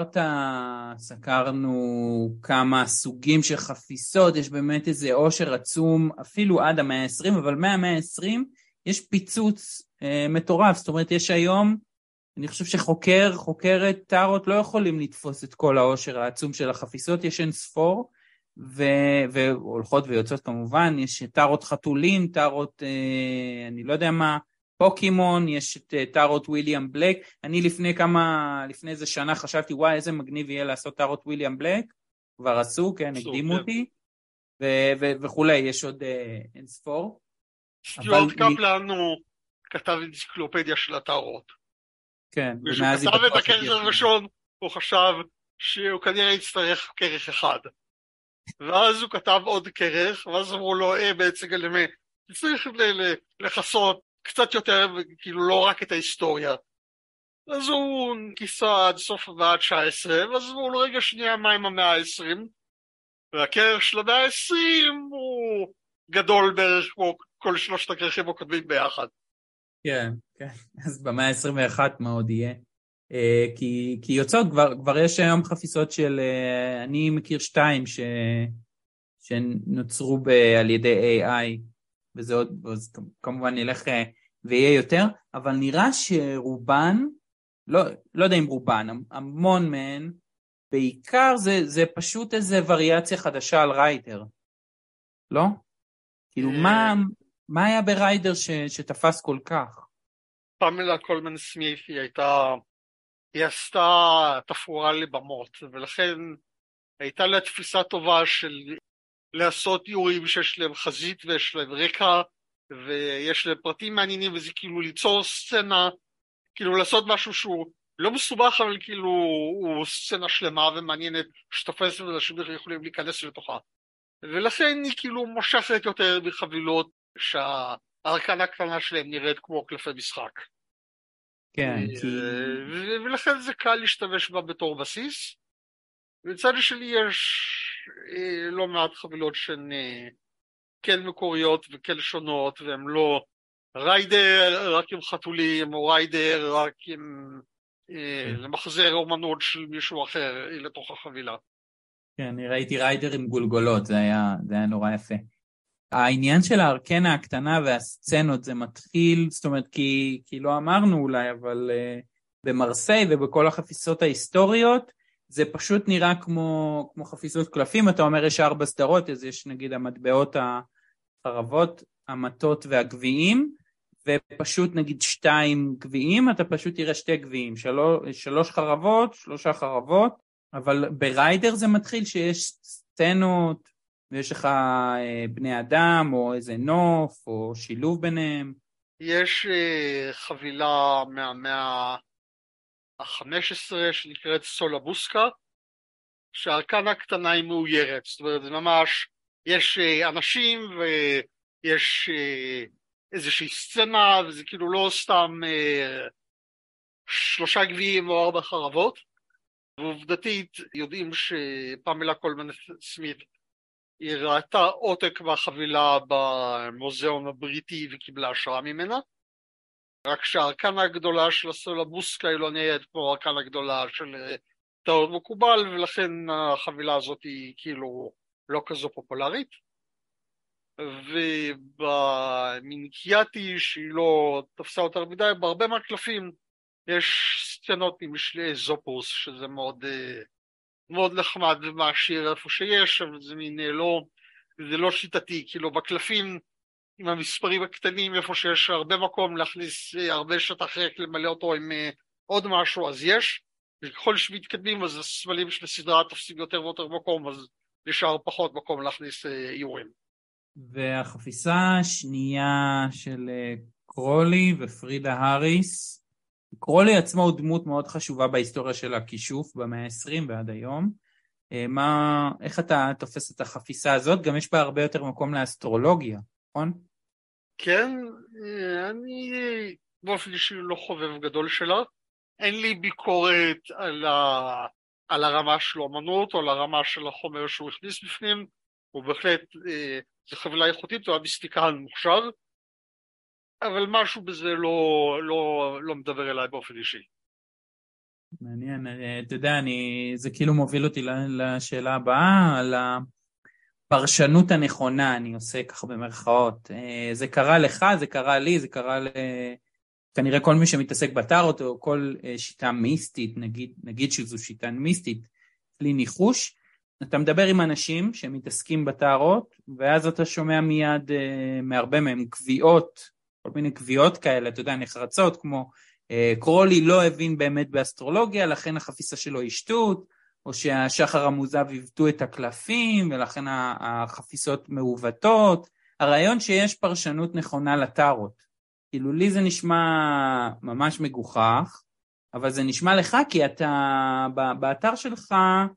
סקרנו כמה סוגים של חפיסות, יש באמת איזה עושר עצום, אפילו עד המאה ה-20, אבל מהמאה ה-20 יש פיצוץ מטורף, זאת אומרת יש היום, אני חושב חוקרת טארות לא יכולים לתפוס את כל העושר העצום של החפיסות, יש אין ספור, והולכות ויוצאות כמובן, יש טארות חתולים, טארות, אני לא יודע מה, פוקימון, יש את טארות וויליאם בלק, אני לפני איזה שנה חשבתי, וואי, איזה מגניב יהיה לעשות טארות וויליאם בלק, כבר עשו, כן, הקדימו אותי, וכולי, יש עוד אין ספור. סטיוארט קפלן הוא כתב אנציקלופדיה של הטארות. כן, וכשהוא כתב את הכרך הראשון, הוא חשב שהוא כנראה יצטרך כרך אחד. ואז הוא כתב עוד כרך, ואז אמרו לו, בעצם גלמי, צריך לחסות קצת יותר, כאילו לא רק את ההיסטוריה. אז הוא כיסה עד סוף המאה ה-19, ואז אמרו לו, רגע שנייה, מה עם המאה ה-20? והכרך של המאה ה-20 הוא גדול בערך כמו כל שלושת הכרכים הקודמים ביחד. כן, כן. אז במאה ה-21 מה עוד יהיה? כי יוצאות, כבר יש היום חפיסות של, אני מכיר 2 שנוצרו על ידי AI, וזה עוד, אז כמובן ילך ויהיה יותר, אבל נראה שרובן, לא יודע אם רובן, המון מהן, בעיקר זה פשוט איזה וריאציה חדשה על ריידר, לא? כאילו מה היה בריידר שתפס כל כך? פמלה קולמן סמית היא עשתה תפאורה לבמות, ולכן הייתה לה תפיסה טובה של לעשות איורים שיש להם חזית ויש להם רקע, ויש להם פרטים מעניינים, וזה כאילו ליצור סצנה, כאילו לעשות משהו שהוא לא מסובך, אבל כאילו הוא סצנה שלמה ומעניינת, שתופסת ואנשים יכולים להיכנס לתוכה. ולכן היא כאילו מושכת יותר בחבילות שהארכנה הקטנה שלהם נראית כמו קלפי משחק. כן, ולכן זה קל להשתמש בה בתור בסיס. ובצד שלי יש לא מעט חבילות שהן כן מקוריות וכן שונות, והן לא ריידר רק עם חתולים, או ריידר רק עם למחזר אומנות של מישהו אחר לתוך החבילה. כן, אני ראיתי ריידר עם גולגולות, זה היה נורא יפה. העניין של הארקנה הקטנה והסצנות זה מתחיל, זאת אומרת, כי לא אמרנו אולי, אבל במרסיי ובכל החפיסות ההיסטוריות, זה פשוט נראה כמו חפיסות קלפים. אתה אומר יש 4 סדרות, אז יש נגיד המטבעות החרבות, המטות והגביעים, ופשוט נגיד 2 גביעים, אתה פשוט תראה 2 גביעים, 3 חרבות, 3 חרבות, אבל בריידר זה מתחיל שיש סצנות, ויש לך בני אדם, או איזה נוף, או שילוב ביניהם. יש חבילה מהמאה ה-15 שנקראת סולבוסקה, שהארקנה הקטנה היא מאוירת, זאת אומרת, זה ממש, יש אנשים ויש איזושהי סצנה, וזה כאילו לא סתם 3 גביעים או 4 חרבות, ועובדתית יודעים שפמלה קולמן סמית היא ראתה עותק מהחבילה במוזיאון הבריטי וקיבלה השראה ממנה, רק שהארקנה הגדולה של הסולבוסקה היא לא נהיית כמו הארקנה הגדולה של טאור מקובל, ולכן החבילה הזאת היא כאילו לא כזו פופולרית. ובמינקיאטי שהיא לא תפסה יותר מדי, בהרבה מהקלפים יש סצנות ממשלי זופוס, שזה מאוד נחמד ומעשיר איפה שיש, אבל זה לא שיטתי, כאילו בקלפים עם המספרים הקטנים, איפה שיש הרבה מקום להכניס הרבה שטח ריק, למלא אותו עם עוד משהו, אז יש, וככל שמתקדמים אז הסמלים של הסדרה תופסים יותר ויותר מקום, אז נשאר פחות מקום להכניס איורים. והחפיסה השנייה של קרולי ופרידה האריס, קרולי עצמו הוא דמות מאוד חשובה בהיסטוריה של הכישוף במאה ה-20 ועד היום. איך אתה תופס את החפיסה הזאת? גם יש בה הרבה יותר מקום לאסטרולוגיה, נכון? כן, אני באופן אישי לא חובב גדול שלה. אין לי ביקורת על הרמה של האמנות או על הרמה של החומר שהוא הכניס בפנים. הוא בהחלט, זו חבילה איכותית, הוא המיסטיקן מוכשר, אבל משהו בזה לא מדבר אליי באופן אישי. מעניין, אתה יודע, זה כאילו מוביל אותי לשאלה הבאה, על הפרשנות הנכונה, אני עושה ככה במרכאות. זה קרה לך, זה קרה לי, זה קרה כנראה כל מי שמתעסק בטארוט, או כל שיטה מיסטית, נגיד שזו שיטה מיסטית, כלי ניחוש, אתה מדבר עם אנשים שמתעסקים בטארוט, ואז אתה שומע מיד מהרבה מהם קביעות, כל מיני קביעות כאלה, אתה יודע, נחרצות, כמו קרולי לא הבין באמת באסטרולוגיה, לכן החפיסה שלו היא שטות, או שהשחר המוזב עיוותו את הקלפים, ולכן החפיסות מעוותות. הרעיון שיש פרשנות נכונה לטארוט. כאילו לי זה נשמע ממש מגוחך, אבל זה נשמע לך כי אתה באתר שלך,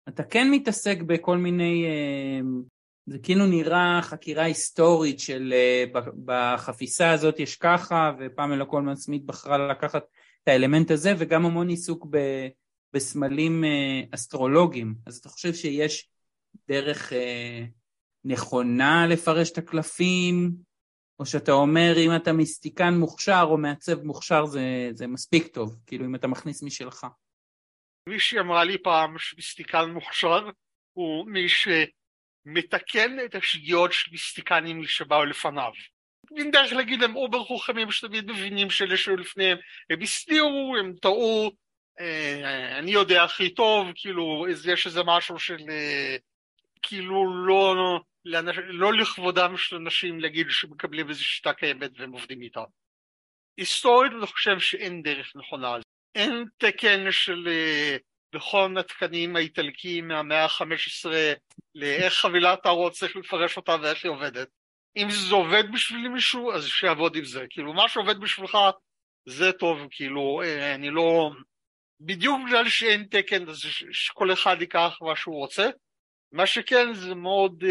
אתה כן מתעסק בכל מיני, זה כאילו נראה חקירה היסטורית של בחפיסה הזאת יש ככה, ופמלה קולמן סמית בחרה לקחת את האלמנט הזה, וגם המון עיסוק בסמלים אסטרולוגיים. אז אתה חושב שיש דרך נכונה לפרש את הקלפים, או שאתה אומר אם אתה מיסטיקן מוכשר או מעצב מוכשר זה מספיק טוב, כאילו אם אתה מכניס משלך. מישהי אמרה לי פעם שמיסטיקן מוכשר הוא מי שמתקן את השגיאות של מיסטיקנים שבאו לפניו. אין דרך להגיד הם אובר חוכמים שתמיד מבינים שאלה שהיו לפניהם, הם הסתירו, הם טעו, אני יודע הכי טוב, כאילו יש איזה משהו של כאילו לא לכבודם של אנשים להגיד שמקבלים איזו שיטה קיימת והם עובדים איתה. היסטורית אני חושב שאין דרך נכונה. אין תקן של בכל התקנים האיטלקיים מהמאה ה-15 לאיך חבילת טארוט צריך לפרש אותה ואיך היא עובדת. אם זה עובד בשביל מישהו אז שיעבוד עם זה. כאילו מה שעובד בשבילך זה טוב, כאילו אני לא... בדיוק בגלל שאין תקן אז שכל אחד ייקח מה שהוא רוצה. מה שכן זה מאוד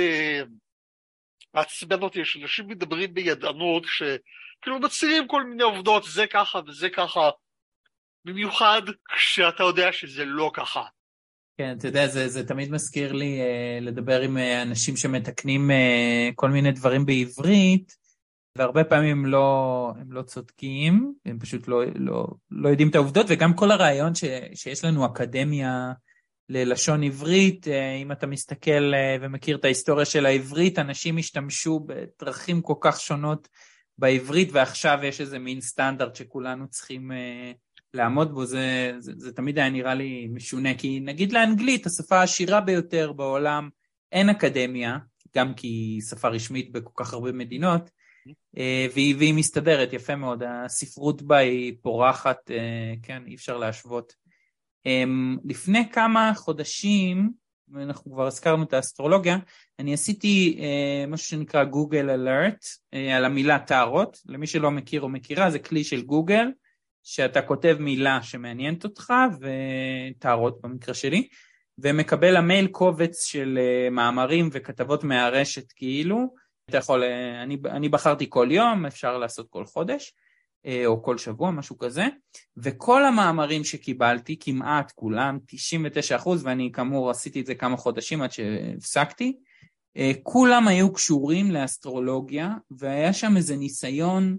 עצבן אותי שאנשים מדברים בידענות שכאילו מצהירים כל מיני עובדות זה ככה וזה ככה, במיוחד כשאתה יודע שזה לא ככה. כן, אתה יודע, זה תמיד מזכיר לי לדבר עם אנשים שמתקנים כל מיני דברים בעברית, והרבה פעמים הם לא צודקים, הם פשוט לא יודעים את העובדות, וגם כל הרעיון שיש לנו אקדמיה ללשון עברית, אם אתה מסתכל ומכיר את ההיסטוריה של העברית, אנשים השתמשו בדרכים כל כך שונות בעברית, ועכשיו יש איזה מין סטנדרט שכולנו צריכים לעמוד בו. זה תמיד היה נראה לי משונה, כי נגיד לאנגלית, השפה העשירה ביותר בעולם, אין אקדמיה, גם כי היא שפה רשמית בכל כך הרבה מדינות, והיא מסתדרת יפה מאוד, הספרות בה היא פורחת, כן, אי אפשר להשוות. לפני כמה חודשים, ואנחנו כבר הזכרנו את האסטרולוגיה, אני עשיתי משהו שנקרא גוגל אלרט, על המילה טארוט. למי שלא מכיר או מכירה, זה כלי של גוגל, שאתה כותב מילה שמעניינת אותך, וטארוט במקרה שלי, ומקבל המייל קובץ של מאמרים וכתבות מהרשת כאילו. אתה יכול, אני בחרתי כל יום, אפשר לעשות כל חודש, או כל שבוע, משהו כזה, וכל המאמרים שקיבלתי, כמעט כולם, 99%, ואני כאמור עשיתי את זה כמה חודשים עד שהפסקתי, כולם היו קשורים לאסטרולוגיה, והיה שם איזה ניסיון,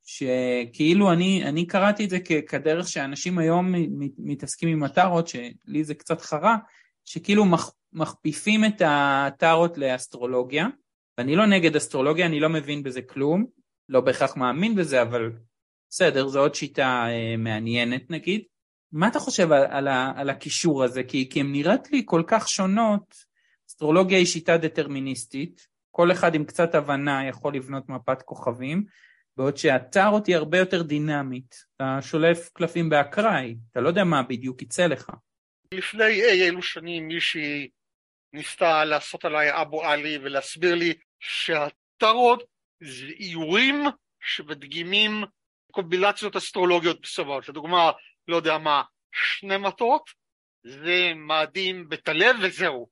שכאילו אני קראתי את זה כדרך שאנשים היום מתעסקים עם הטארוט, שלי זה קצת חרה, שכאילו מכפיפים את הטארוט לאסטרולוגיה, ואני לא נגד אסטרולוגיה, אני לא מבין בזה כלום, לא בהכרח מאמין בזה, אבל בסדר, זו עוד שיטה מעניינת נגיד. מה אתה חושב על הקישור הזה? כי הם נראית לי כל כך שונות. אסטרולוגיה היא שיטה דטרמיניסטית, כל אחד עם קצת הבנה יכול לבנות מפת כוכבים, בעוד שהטארוט היא הרבה יותר דינמית. אתה שולף קלפים באקראי, אתה לא יודע מה בדיוק יצא לך. לפני אילו שנים מישהי ניסתה לעשות עליי אבו עלי ולהסביר לי שהטארוט זה איורים שמדגימים קומבינציות אסטרולוגיות מסוימות. לדוגמה, לא יודע מה, 2 מטות, זה מאדים בתלב וזהו.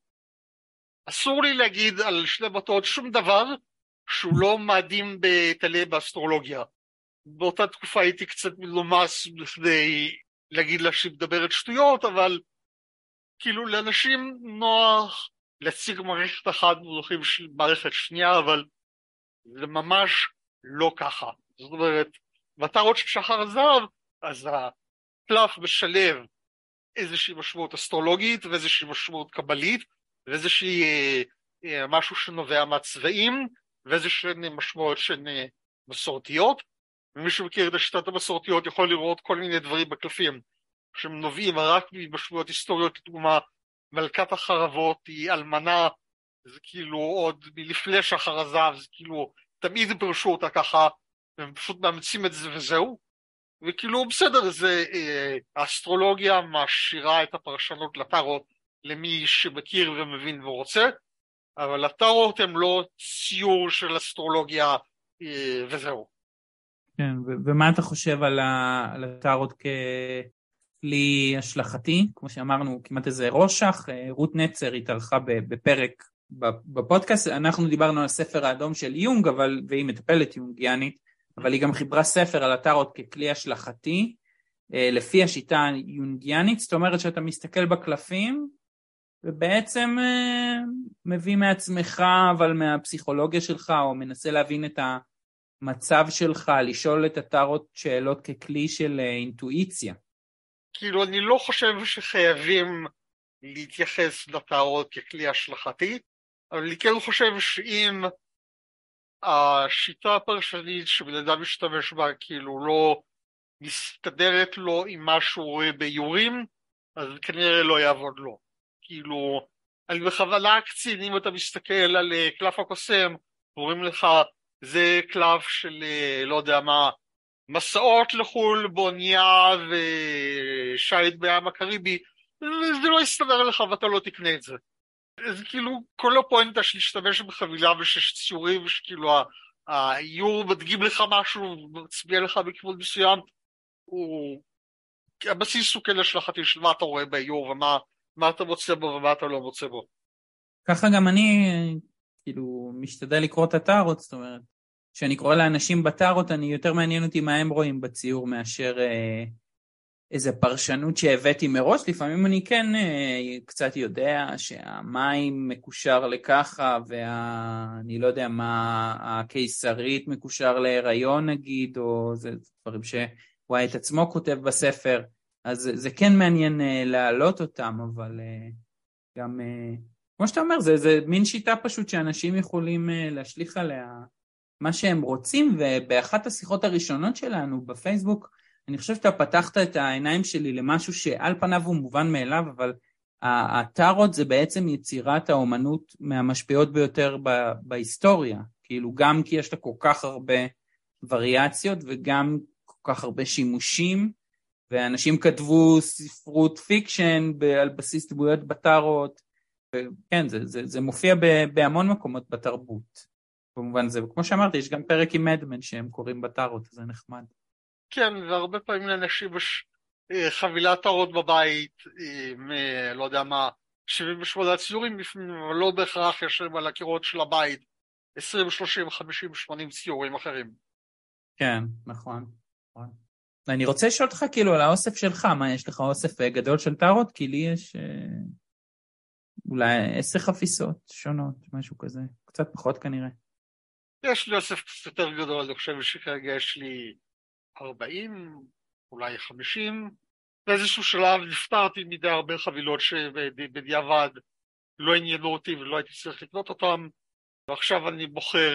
אסור לי להגיד על 2 מטות שום דבר שהוא לא מאדים בתלב באסטרולוגיה. באותה תקופה הייתי קצת מלומס כדי להגיד לה שהיא מדברת שטויות, אבל כאילו לאנשים נוח להציג מערכת אחת מולכים של מערכת שנייה, אבל זה ממש לא ככה. זאת אומרת, בטארוט של שחר הזהב, אז הקלף משלב איזושהי משמעות אסטרולוגית ואיזושהי משמעות קבלית, ואיזושהי משהו שנובע מהצבעים, ואיזושהי משמעות שהן מסורתיות. ומי שמכיר את השיטת המסורתיות יכול לראות כל מיני דברים בקלפים, שהם נובעים רק ממשמעויות היסטוריות. לדוגמה, מלכת החרבות היא אלמנה, זה כאילו עוד מלפני שחר הזהב, זה כאילו תמיד פרשו אותה ככה, והם פשוט מאמצים את זה וזהו. וכאילו בסדר, זה האסטרולוגיה מעשירה את הפרשנות לטארוט למי שמכיר ומבין ורוצה, אבל הטארוט הם לא ציור של אסטרולוגיה וזהו. כן, ומה אתה חושב על הטארוט כלי השלכתי, כמו שאמרנו, כמעט איזה רושך. רות נצר התארחה בפרק בפודקאסט, אנחנו דיברנו על הספר האדום של יונג, והיא מטפלת יונגיאנית, אבל היא גם חיברה ספר על הטארוט ככלי השלכתי, לפי השיטה היונגיאנית, זאת אומרת שאתה מסתכל בקלפים, ובעצם מביא מעצמך, אבל מהפסיכולוגיה שלך, או מנסה להבין את המצב שלך, לשאול את הטארוט שאלות ככלי של אינטואיציה. כאילו, אני לא חושב שחייבים להתייחס לטארוט ככלי השלכתי, אבל אני כן חושב שאם השיטה הפרשנית שבן אדם משתמש בה כאילו לא מסתדרת לו עם מה שהוא רואה באיורים, אז כנראה לא יעבוד לו. כאילו, אני בכוונה קצין, אם אתה מסתכל על קלף הקוסם, אומרים לך, זה קלף של, לא יודע מה, מסעות לחול באונייה ושייט בים הקריבי, זה לא יסתדר לך ואתה לא תקנה את זה. אז כאילו, כל הפואנטה של להשתמש בחבילה ושש ציורים, ושכאילו האיור מדגים לך משהו, מצביע לך בכיוון מסוים, הבסיס הוא כן השלכתי של מה אתה רואה באיור ומה אתה מוצא בו ומה אתה לא מוצא בו. ככה גם אני כאילו משתדל לקרוא את הטארוט, זאת אומרת, כשאני קורא לאנשים בטארוט, אני יותר מעניין אותי מה הם רואים בציור מאשר איזה פרשנות שהבאתי מראש. לפעמים אני כן קצת יודע שהמים מקושר לככה, ואני לא יודע מה הקיסרית מקושר להיריון נגיד, או זה דברים שווייט עצמו כותב בספר, אז זה כן מעניין להעלות אותם, אבל גם כמו שאתה אומר, זה מין שיטה פשוט שאנשים יכולים להשליך עליה מה שהם רוצים. ובאחת השיחות הראשונות שלנו בפייסבוק, אני חושב שאתה פתחת את העיניים שלי למשהו שעל פניו הוא מובן מאליו, אבל הטארוט זה בעצם יצירת האומנות מהמשפיעות ביותר בהיסטוריה, כאילו גם כי יש לה כל כך הרבה וריאציות וגם כל כך הרבה שימושים, ואנשים כתבו ספרות פיקשן על בסיס דמויות בטארוט, וכן, זה מופיע בהמון מקומות בתרבות. במובן זה, וכמו שאמרתי, יש גם פרק עם מדמן שהם קוראים בטארוט, זה נחמד. כן, והרבה פעמים לאנשים יש חבילת טארוט בבית, לא יודע מה, 78 ציורים לפעמים, אבל לא בהכרח יש להם על הקירות של הבית 20, 30, 50, 80 ציורים אחרים. כן, נכון. אני רוצה לשאול אותך כאילו על האוסף שלך, מה, יש לך אוסף גדול של טארוט? כי לי יש אולי 10 חפיסות שונות, משהו כזה, קצת פחות כנראה. יש לי אוסף קצת יותר גדול, אני חושב שכרגע יש לי 40, אולי 50, באיזשהו שלב נפטרתי מדי הרבה חבילות שבדיעבד לא עניינו אותי ולא הייתי צריך לקנות אותם, ועכשיו אני בוחר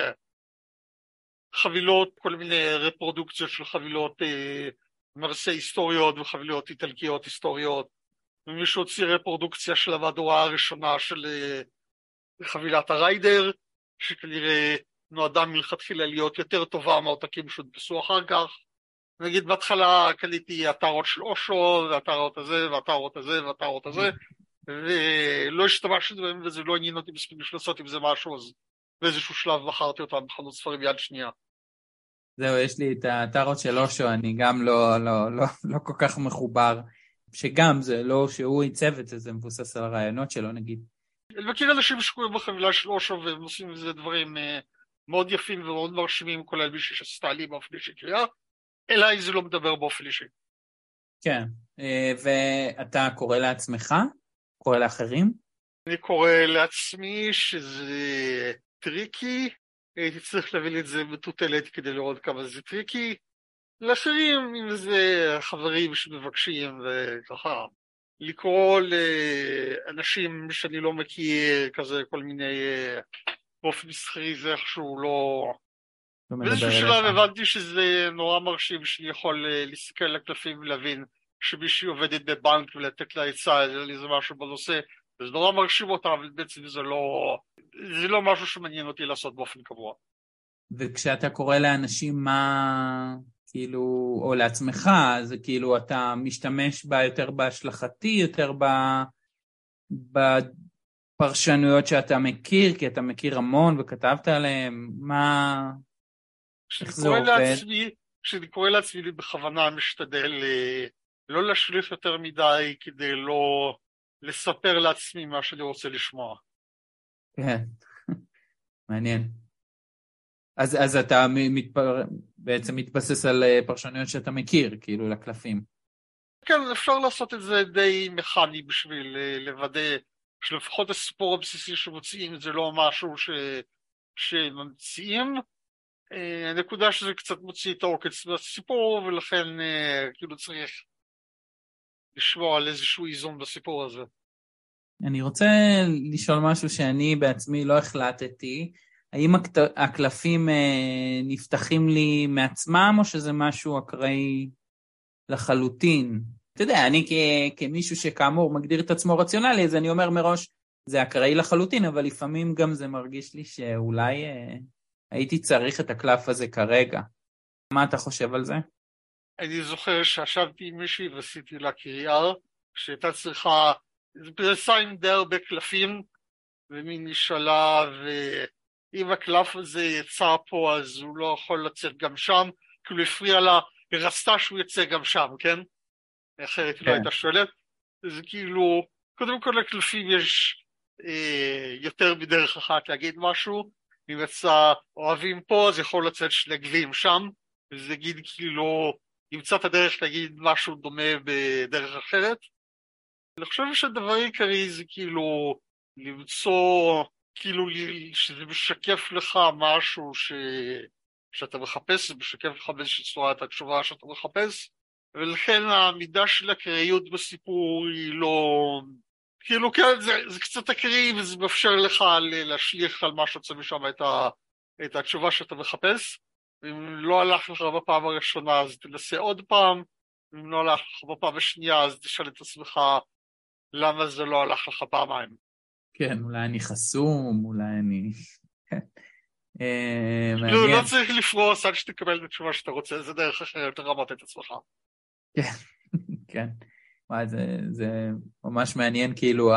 חבילות, כל מיני רפרודוקציות של חבילות מרסי היסטוריות וחבילות איטלקיות היסטוריות, ומישהו הוציא רפרודוקציה של המהדורה הראשונה של חבילת הריידר, שכנראה נועדה מלכתחילה להיות יותר טובה מהעותקים שהודפסו אחר כך. נגיד בהתחלה קניתי הטארוט של אושו, והטארוט הזה, והטארוט הזה, והטארוט הזה, ולא השתמשתי בהם, וזה לא עניין אותי מספיק לעשות עם זה משהו, אז באיזשהו שלב בחרתי אותם בחנות ספרים יד שנייה. זהו, יש לי את הטארוט של אושו, אני גם לא כל כך מחובר, שגם זה לא שהוא עיצב את זה, זה מבוסס על הרעיונות שלו נגיד. אני מכיר אנשים שקוראים בחבילה של אושו, והם עושים איזה דברים מאוד יפים ומאוד מרשימים, כולל מישהו שעשתה לי באופן אישי קריאה, אלא אם זה לא מדבר באופן אישי. כן, ואתה קורא לעצמך? קורא לאחרים? אני קורא לעצמי שזה טריקי, הייתי צריך להבין את זה מטוטלת כדי לראות כמה זה טריקי. לאחרים, אם זה חברים שמבקשים וככה, לקרוא לאנשים שאני לא מכיר, כזה כל מיני באופן מסחרי, זה איכשהו לא... באיזשהו שלב הבנתי שזה נורא מרשים שאני יכול להסתכל לקלפים ולהבין שמישהי עובדת בבנק ולתת לה עצה, זה משהו בנושא, זה נורא מרשים אותה, אבל בעצם זה לא משהו שמעניין אותי לעשות באופן קבוע. וכשאתה קורא לאנשים מה, כאילו, או לעצמך, זה כאילו אתה משתמש בה יותר בהשלכתי, יותר בפרשנויות שאתה מכיר, כי אתה מכיר המון וכתבת עליהם, מה... כשאני קורא לעצמי, אני בכוונה משתדל לא להשליך יותר מדי כדי לא לספר לעצמי מה שאני רוצה לשמוע. כן, מעניין. אז אתה בעצם מתבסס על פרשנויות שאתה מכיר, כאילו לקלפים. כן, אפשר לעשות את זה די מכני בשביל לוודא שלפחות הסיפור הבסיסי שמוציאים זה לא משהו שממציאים. הנקודה שזה קצת מוציא את העוקץ בסיפור, ולכן כאילו צריך לשמור על איזשהו איזון בסיפור הזה. אני רוצה לשאול משהו שאני בעצמי לא החלטתי. האם הקלפים נפתחים לי מעצמם, או שזה משהו אקראי לחלוטין? אתה יודע, אני כמישהו שכאמור מגדיר את עצמו רציונלי, אז אני אומר מראש, זה אקראי לחלוטין, אבל לפעמים גם זה מרגיש לי שאולי הייתי צריך את הקלף הזה כרגע. מה אתה חושב על זה? אני זוכר שישבתי עם מישהי ועשיתי לה קריאה, שהייתה צריכה, זה פרסה עם די הרבה קלפים, ומי נשאלה, ואם הקלף הזה יצא פה אז הוא לא יכול לצאת גם שם, כאילו הפריע לה, היא רצתה שהוא יצא גם שם, כן? אחרת היא לא הייתה שואלת. זה כאילו, קודם כל לקלפים יש יותר מדרך אחת להגיד משהו, אם יצא אוהבים פה אז יכול לצאת שני גביעים שם, וזה יגיד כאילו, ימצא את הדרך להגיד משהו דומה בדרך אחרת. אני חושב שהדבר העיקרי זה כאילו למצוא, כאילו שזה משקף לך משהו שאתה מחפש, זה משקף לך באיזושהי צורה את התשובה שאתה מחפש, ולכן המידה של הקראיות בסיפור היא לא, כאילו כן, זה קצת אקראי וזה מאפשר לך להשליך על מה שיוצא משם את התשובה שאתה מחפש. אם לא הלך לך בפעם הראשונה אז תנסה עוד פעם, אם לא הלך לך בפעם השנייה אז תשאל את עצמך למה זה לא הלך לך פעמיים. כן, אולי אני חסום, אולי אני... לא צריך לפרוס עד שתקבל את התשובה שאתה רוצה, זה דרך אחרת לרמת את עצמך. כן, כן. וואי, זה ממש מעניין, כאילו,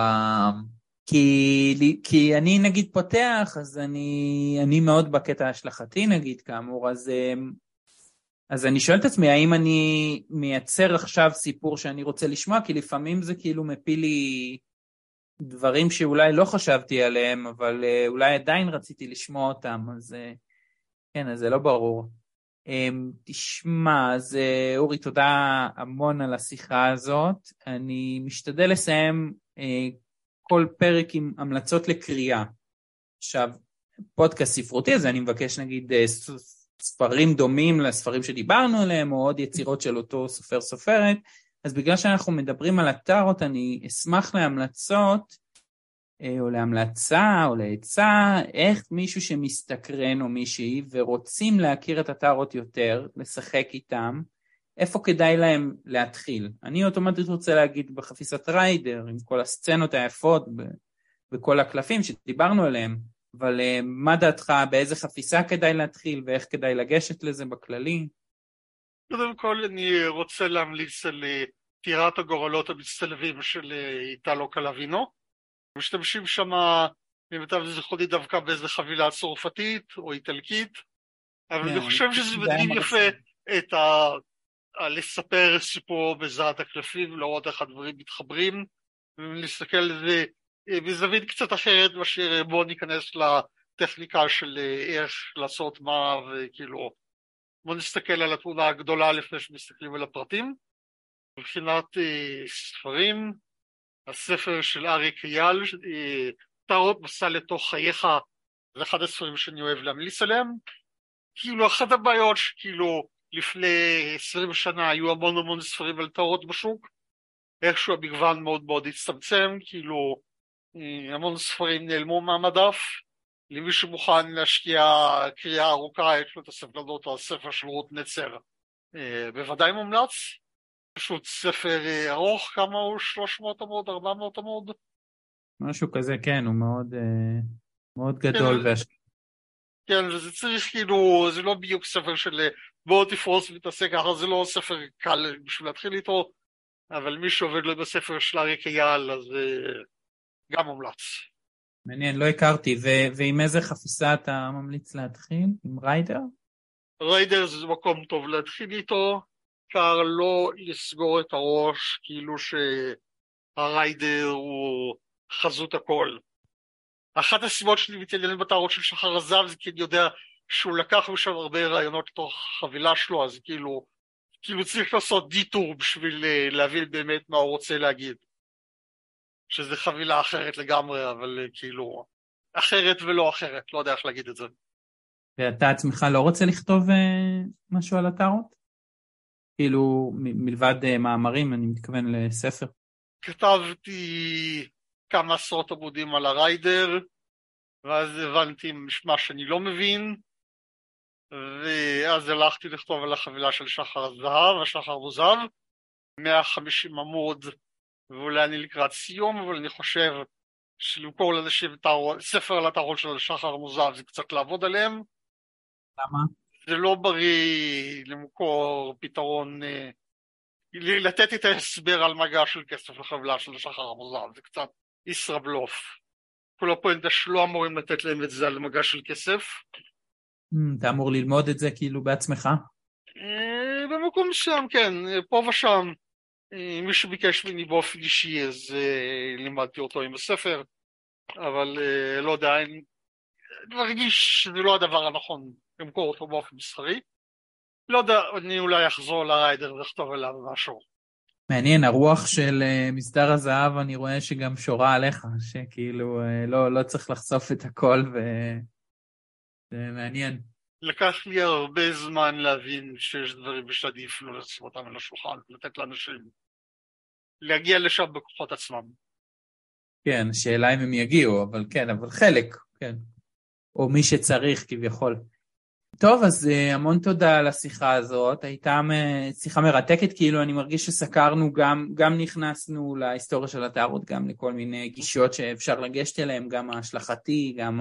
כי אני נגיד פותח, אז אני מאוד בקטע השלכתי נגיד, כאמור, אז אני שואל את עצמי, האם אני מייצר עכשיו סיפור שאני רוצה לשמוע, כי לפעמים זה כאילו מפיל לי דברים שאולי לא חשבתי עליהם, אבל אולי עדיין רציתי לשמוע אותם, אז כן, אז זה לא ברור. תשמע, אז אורי, תודה המון על השיחה הזאת. אני משתדל לסיים כל פרק עם המלצות לקריאה. עכשיו, פודקאסט ספרותי, אז אני מבקש נגיד ספרים דומים לספרים שדיברנו עליהם, או עוד יצירות של אותו סופר סופרת, אז בגלל שאנחנו מדברים על הטארוט, אני אשמח להמלצות, או להמלצה, או לעצה, איך מישהו שמסתקרן או מישהי, ורוצים להכיר את הטארוט יותר, לשחק איתם, איפה כדאי להם להתחיל? אני אוטומטית רוצה להגיד בחפיסת ריידר, עם כל הסצנות היפות, וכל הקלפים שדיברנו עליהם, אבל מה דעתך, באיזה חפיסה כדאי להתחיל, ואיך כדאי לגשת לזה בכללי? קודם כל אני רוצה להמליץ על טירת הגורלות המצטלבים של איטלו קלווינו. משתמשים שם, למיטב זיכרוני, דווקא באיזה חבילה צרפתית או איטלקית, אבל אני חושב שזה מדהים יפה את לספר סיפור בעזרת הקלפים, לראות איך הדברים מתחברים, ולהסתכל על זה בזווית קצת אחרת מאשר בואו ניכנס לטכניקה של איך לעשות מה, וכאילו בואו נסתכל על התמונה הגדולה לפני שמסתכלים על הפרטים. מבחינת ספרים, הספר של אריק אייל, טארוט מסע לתוך חייך, זה אחד הספרים שאני אוהב להמליץ עליהם. כאילו אחת הבעיות שכאילו לפני 20 שנה היו המון ספרים על טארוט בשוק, איכשהו המגוון מאוד מאוד הצטמצם, כאילו המון ספרים נעלמו מהמדף. למי שמוכן להשקיע קריאה ארוכה, יש לו את הסבלנות על הספר של רות נצר, בוודאי מומלץ. פשוט ספר ארוך, כמה הוא? 300 עמוד, 400 עמוד? משהו כזה, כן, הוא מאוד גדול. כן, וזה צריך כאילו, זה לא בדיוק ספר של בוא תפרוס ותעשה ככה, זה לא ספר קל בשביל להתחיל איתו, אבל מי שעובד לו בספר של אריק אייל, אז גם מומלץ. מעניין, לא הכרתי. ועם איזה חפיסה אתה ממליץ להתחיל? עם ריידר? ריידר זה מקום טוב להתחיל איתו. בעיקר לא לסגור את הראש כאילו שהריידר הוא חזות הכל. אחת הסיבות שלי מתעניין בתארות של שחר הזהב זה כי אני יודע שהוא לקח משם הרבה רעיונות לתוך החבילה שלו, אז כאילו צריך לעשות דיטור בשביל להבין באמת מה הוא רוצה להגיד. שזה חבילה אחרת לגמרי, אבל כאילו אחרת ולא אחרת, לא יודע איך להגיד את זה. ואתה עצמך לא רוצה לכתוב משהו על הטארוט? כאילו מלבד מאמרים, אני מתכוון לספר. כתבתי כמה עשרות עמודים על הריידר, ואז הבנתי מה שאני לא מבין, ואז הלכתי לכתוב על החבילה של שחר הזהב, השחר מוזב, 150 עמוד, ואולי אני לקראת סיום, אבל אני חושב שלמכור לאנשים ספר על הטארוט של שחר מוזב זה קצת לעבוד עליהם. למה? זה לא בריא למכור פתרון, לתת את ההסבר על מגע של כסף לחבילה של שחר המוזב, זה קצת ישראבלוף. כל הפואנטה שלא אמורים לתת להם את זה על מגע של כסף. אתה אמור ללמוד את זה כאילו בעצמך? במקום מסוים, כן, פה ושם. מי שביקש ממני באופן אישי, אז לימדתי אותו עם הספר, אבל לא יודע, אני מרגיש שזה לא הדבר הנכון למכור אותו באופן מסחרי. לא יודע, אני אולי אחזור לריידר ולכתוב עליו משהו. מעניין, הרוח של מסדר הזהב, אני רואה שגם שורה עליך, שכאילו לא צריך לחשוף את הכל, וזה מעניין. לקח לי הרבה זמן להבין שיש דברים שעדיף לא לשים אותם על השולחן, לתת לאנשים להגיע לשם בכוחות עצמם. כן, השאלה אם הם יגיעו, אבל כן, אבל חלק, כן. או מי שצריך כביכול. טוב, אז המון תודה על השיחה הזאת, הייתה שיחה מרתקת, כאילו אני מרגיש שסקרנו גם נכנסנו להיסטוריה של הטארוט, גם לכל מיני גישות שאפשר לגשת אליהם, גם ההשלכתי, גם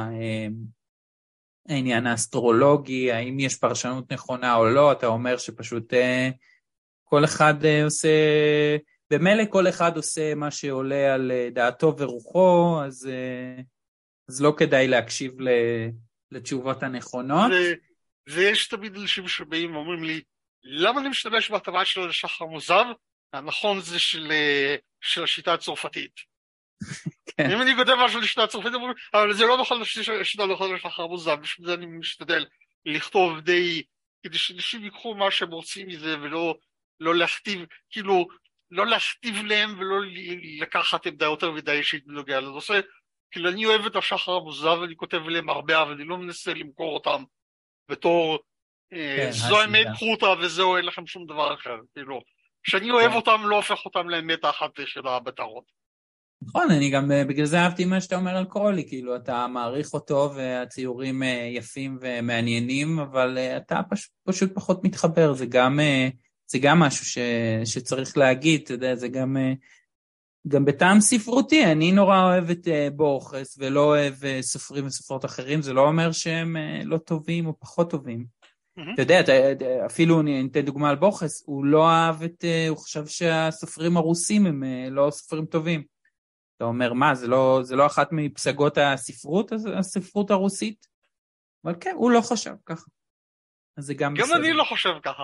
העניין האסטרולוגי, האם יש פרשנות נכונה או לא, אתה אומר שפשוט כל אחד עושה, במילא כל אחד עושה מה שעולה על דעתו ורוחו, אז לא כדאי להקשיב לתשובות הנכונות. ויש תמיד אנשים שבאים ואומרים לי, למה אני משתמש בהטבה של שחר מוזב? הנכון זה של השיטה הצרפתית. אם אני כותב משהו לשיטה הצרפתית, אבל זה לא נכון לשיטה נכונה של שחר מוזב, בשביל זה אני משתדל לכתוב די, כדי שאנשים ייקחו מה שהם רוצים מזה, ולא להכתיב, כאילו, לא להכתיב להם ולא לקחת עמדה יותר מדי אישית בנוגע לנושא. כאילו אני אוהב את השחר המוזב, אני כותב אליהם הרבה, אבל אני לא מנסה למכור אותם בתור זו האמת, קחו אותה וזהו, אין לכם שום דבר אחר. כאילו, שאני אוהב אותם לא הופך אותם לאמת האחת של הבטרות. נכון, אני גם בגלל זה אהבתי מה שאתה אומר על קרולי, כאילו אתה מעריך אותו והציורים יפים ומעניינים, אבל אתה פשוט פחות מתחבר, זה גם משהו שצריך להגיד, אתה יודע, זה גם בטעם ספרותי, אני נורא אוהב את בורכס ולא אוהב סופרים וסופרות אחרים, זה לא אומר שהם לא טובים או פחות טובים. אתה יודע, אפילו אני אתן דוגמה על בורכס, הוא לא אהב הוא חשב שהסופרים הרוסים הם לא סופרים טובים. אתה אומר, מה, זה לא אחת מפסגות הספרות הרוסית? אבל כן, הוא לא חשב ככה. אז זה גם בסדר. גם אני לא חושב ככה.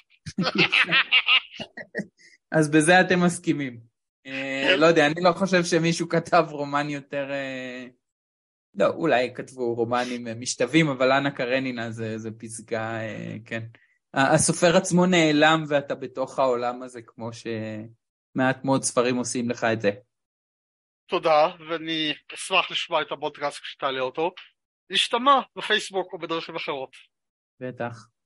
אז בזה אתם מסכימים. לא יודע, אני לא חושב שמישהו כתב רומן יותר... לא, אולי כתבו רומנים משתווים, אבל אנה קרנינה זה פסגה, כן. הסופר עצמו נעלם ואתה בתוך העולם הזה, כמו שמעט מאוד ספרים עושים לך את זה. תודה, ואני אשמח לשמוע את הפודקאסט כשתעלה אותו. נשתמע בפייסבוק או בדרכים אחרות. בטח.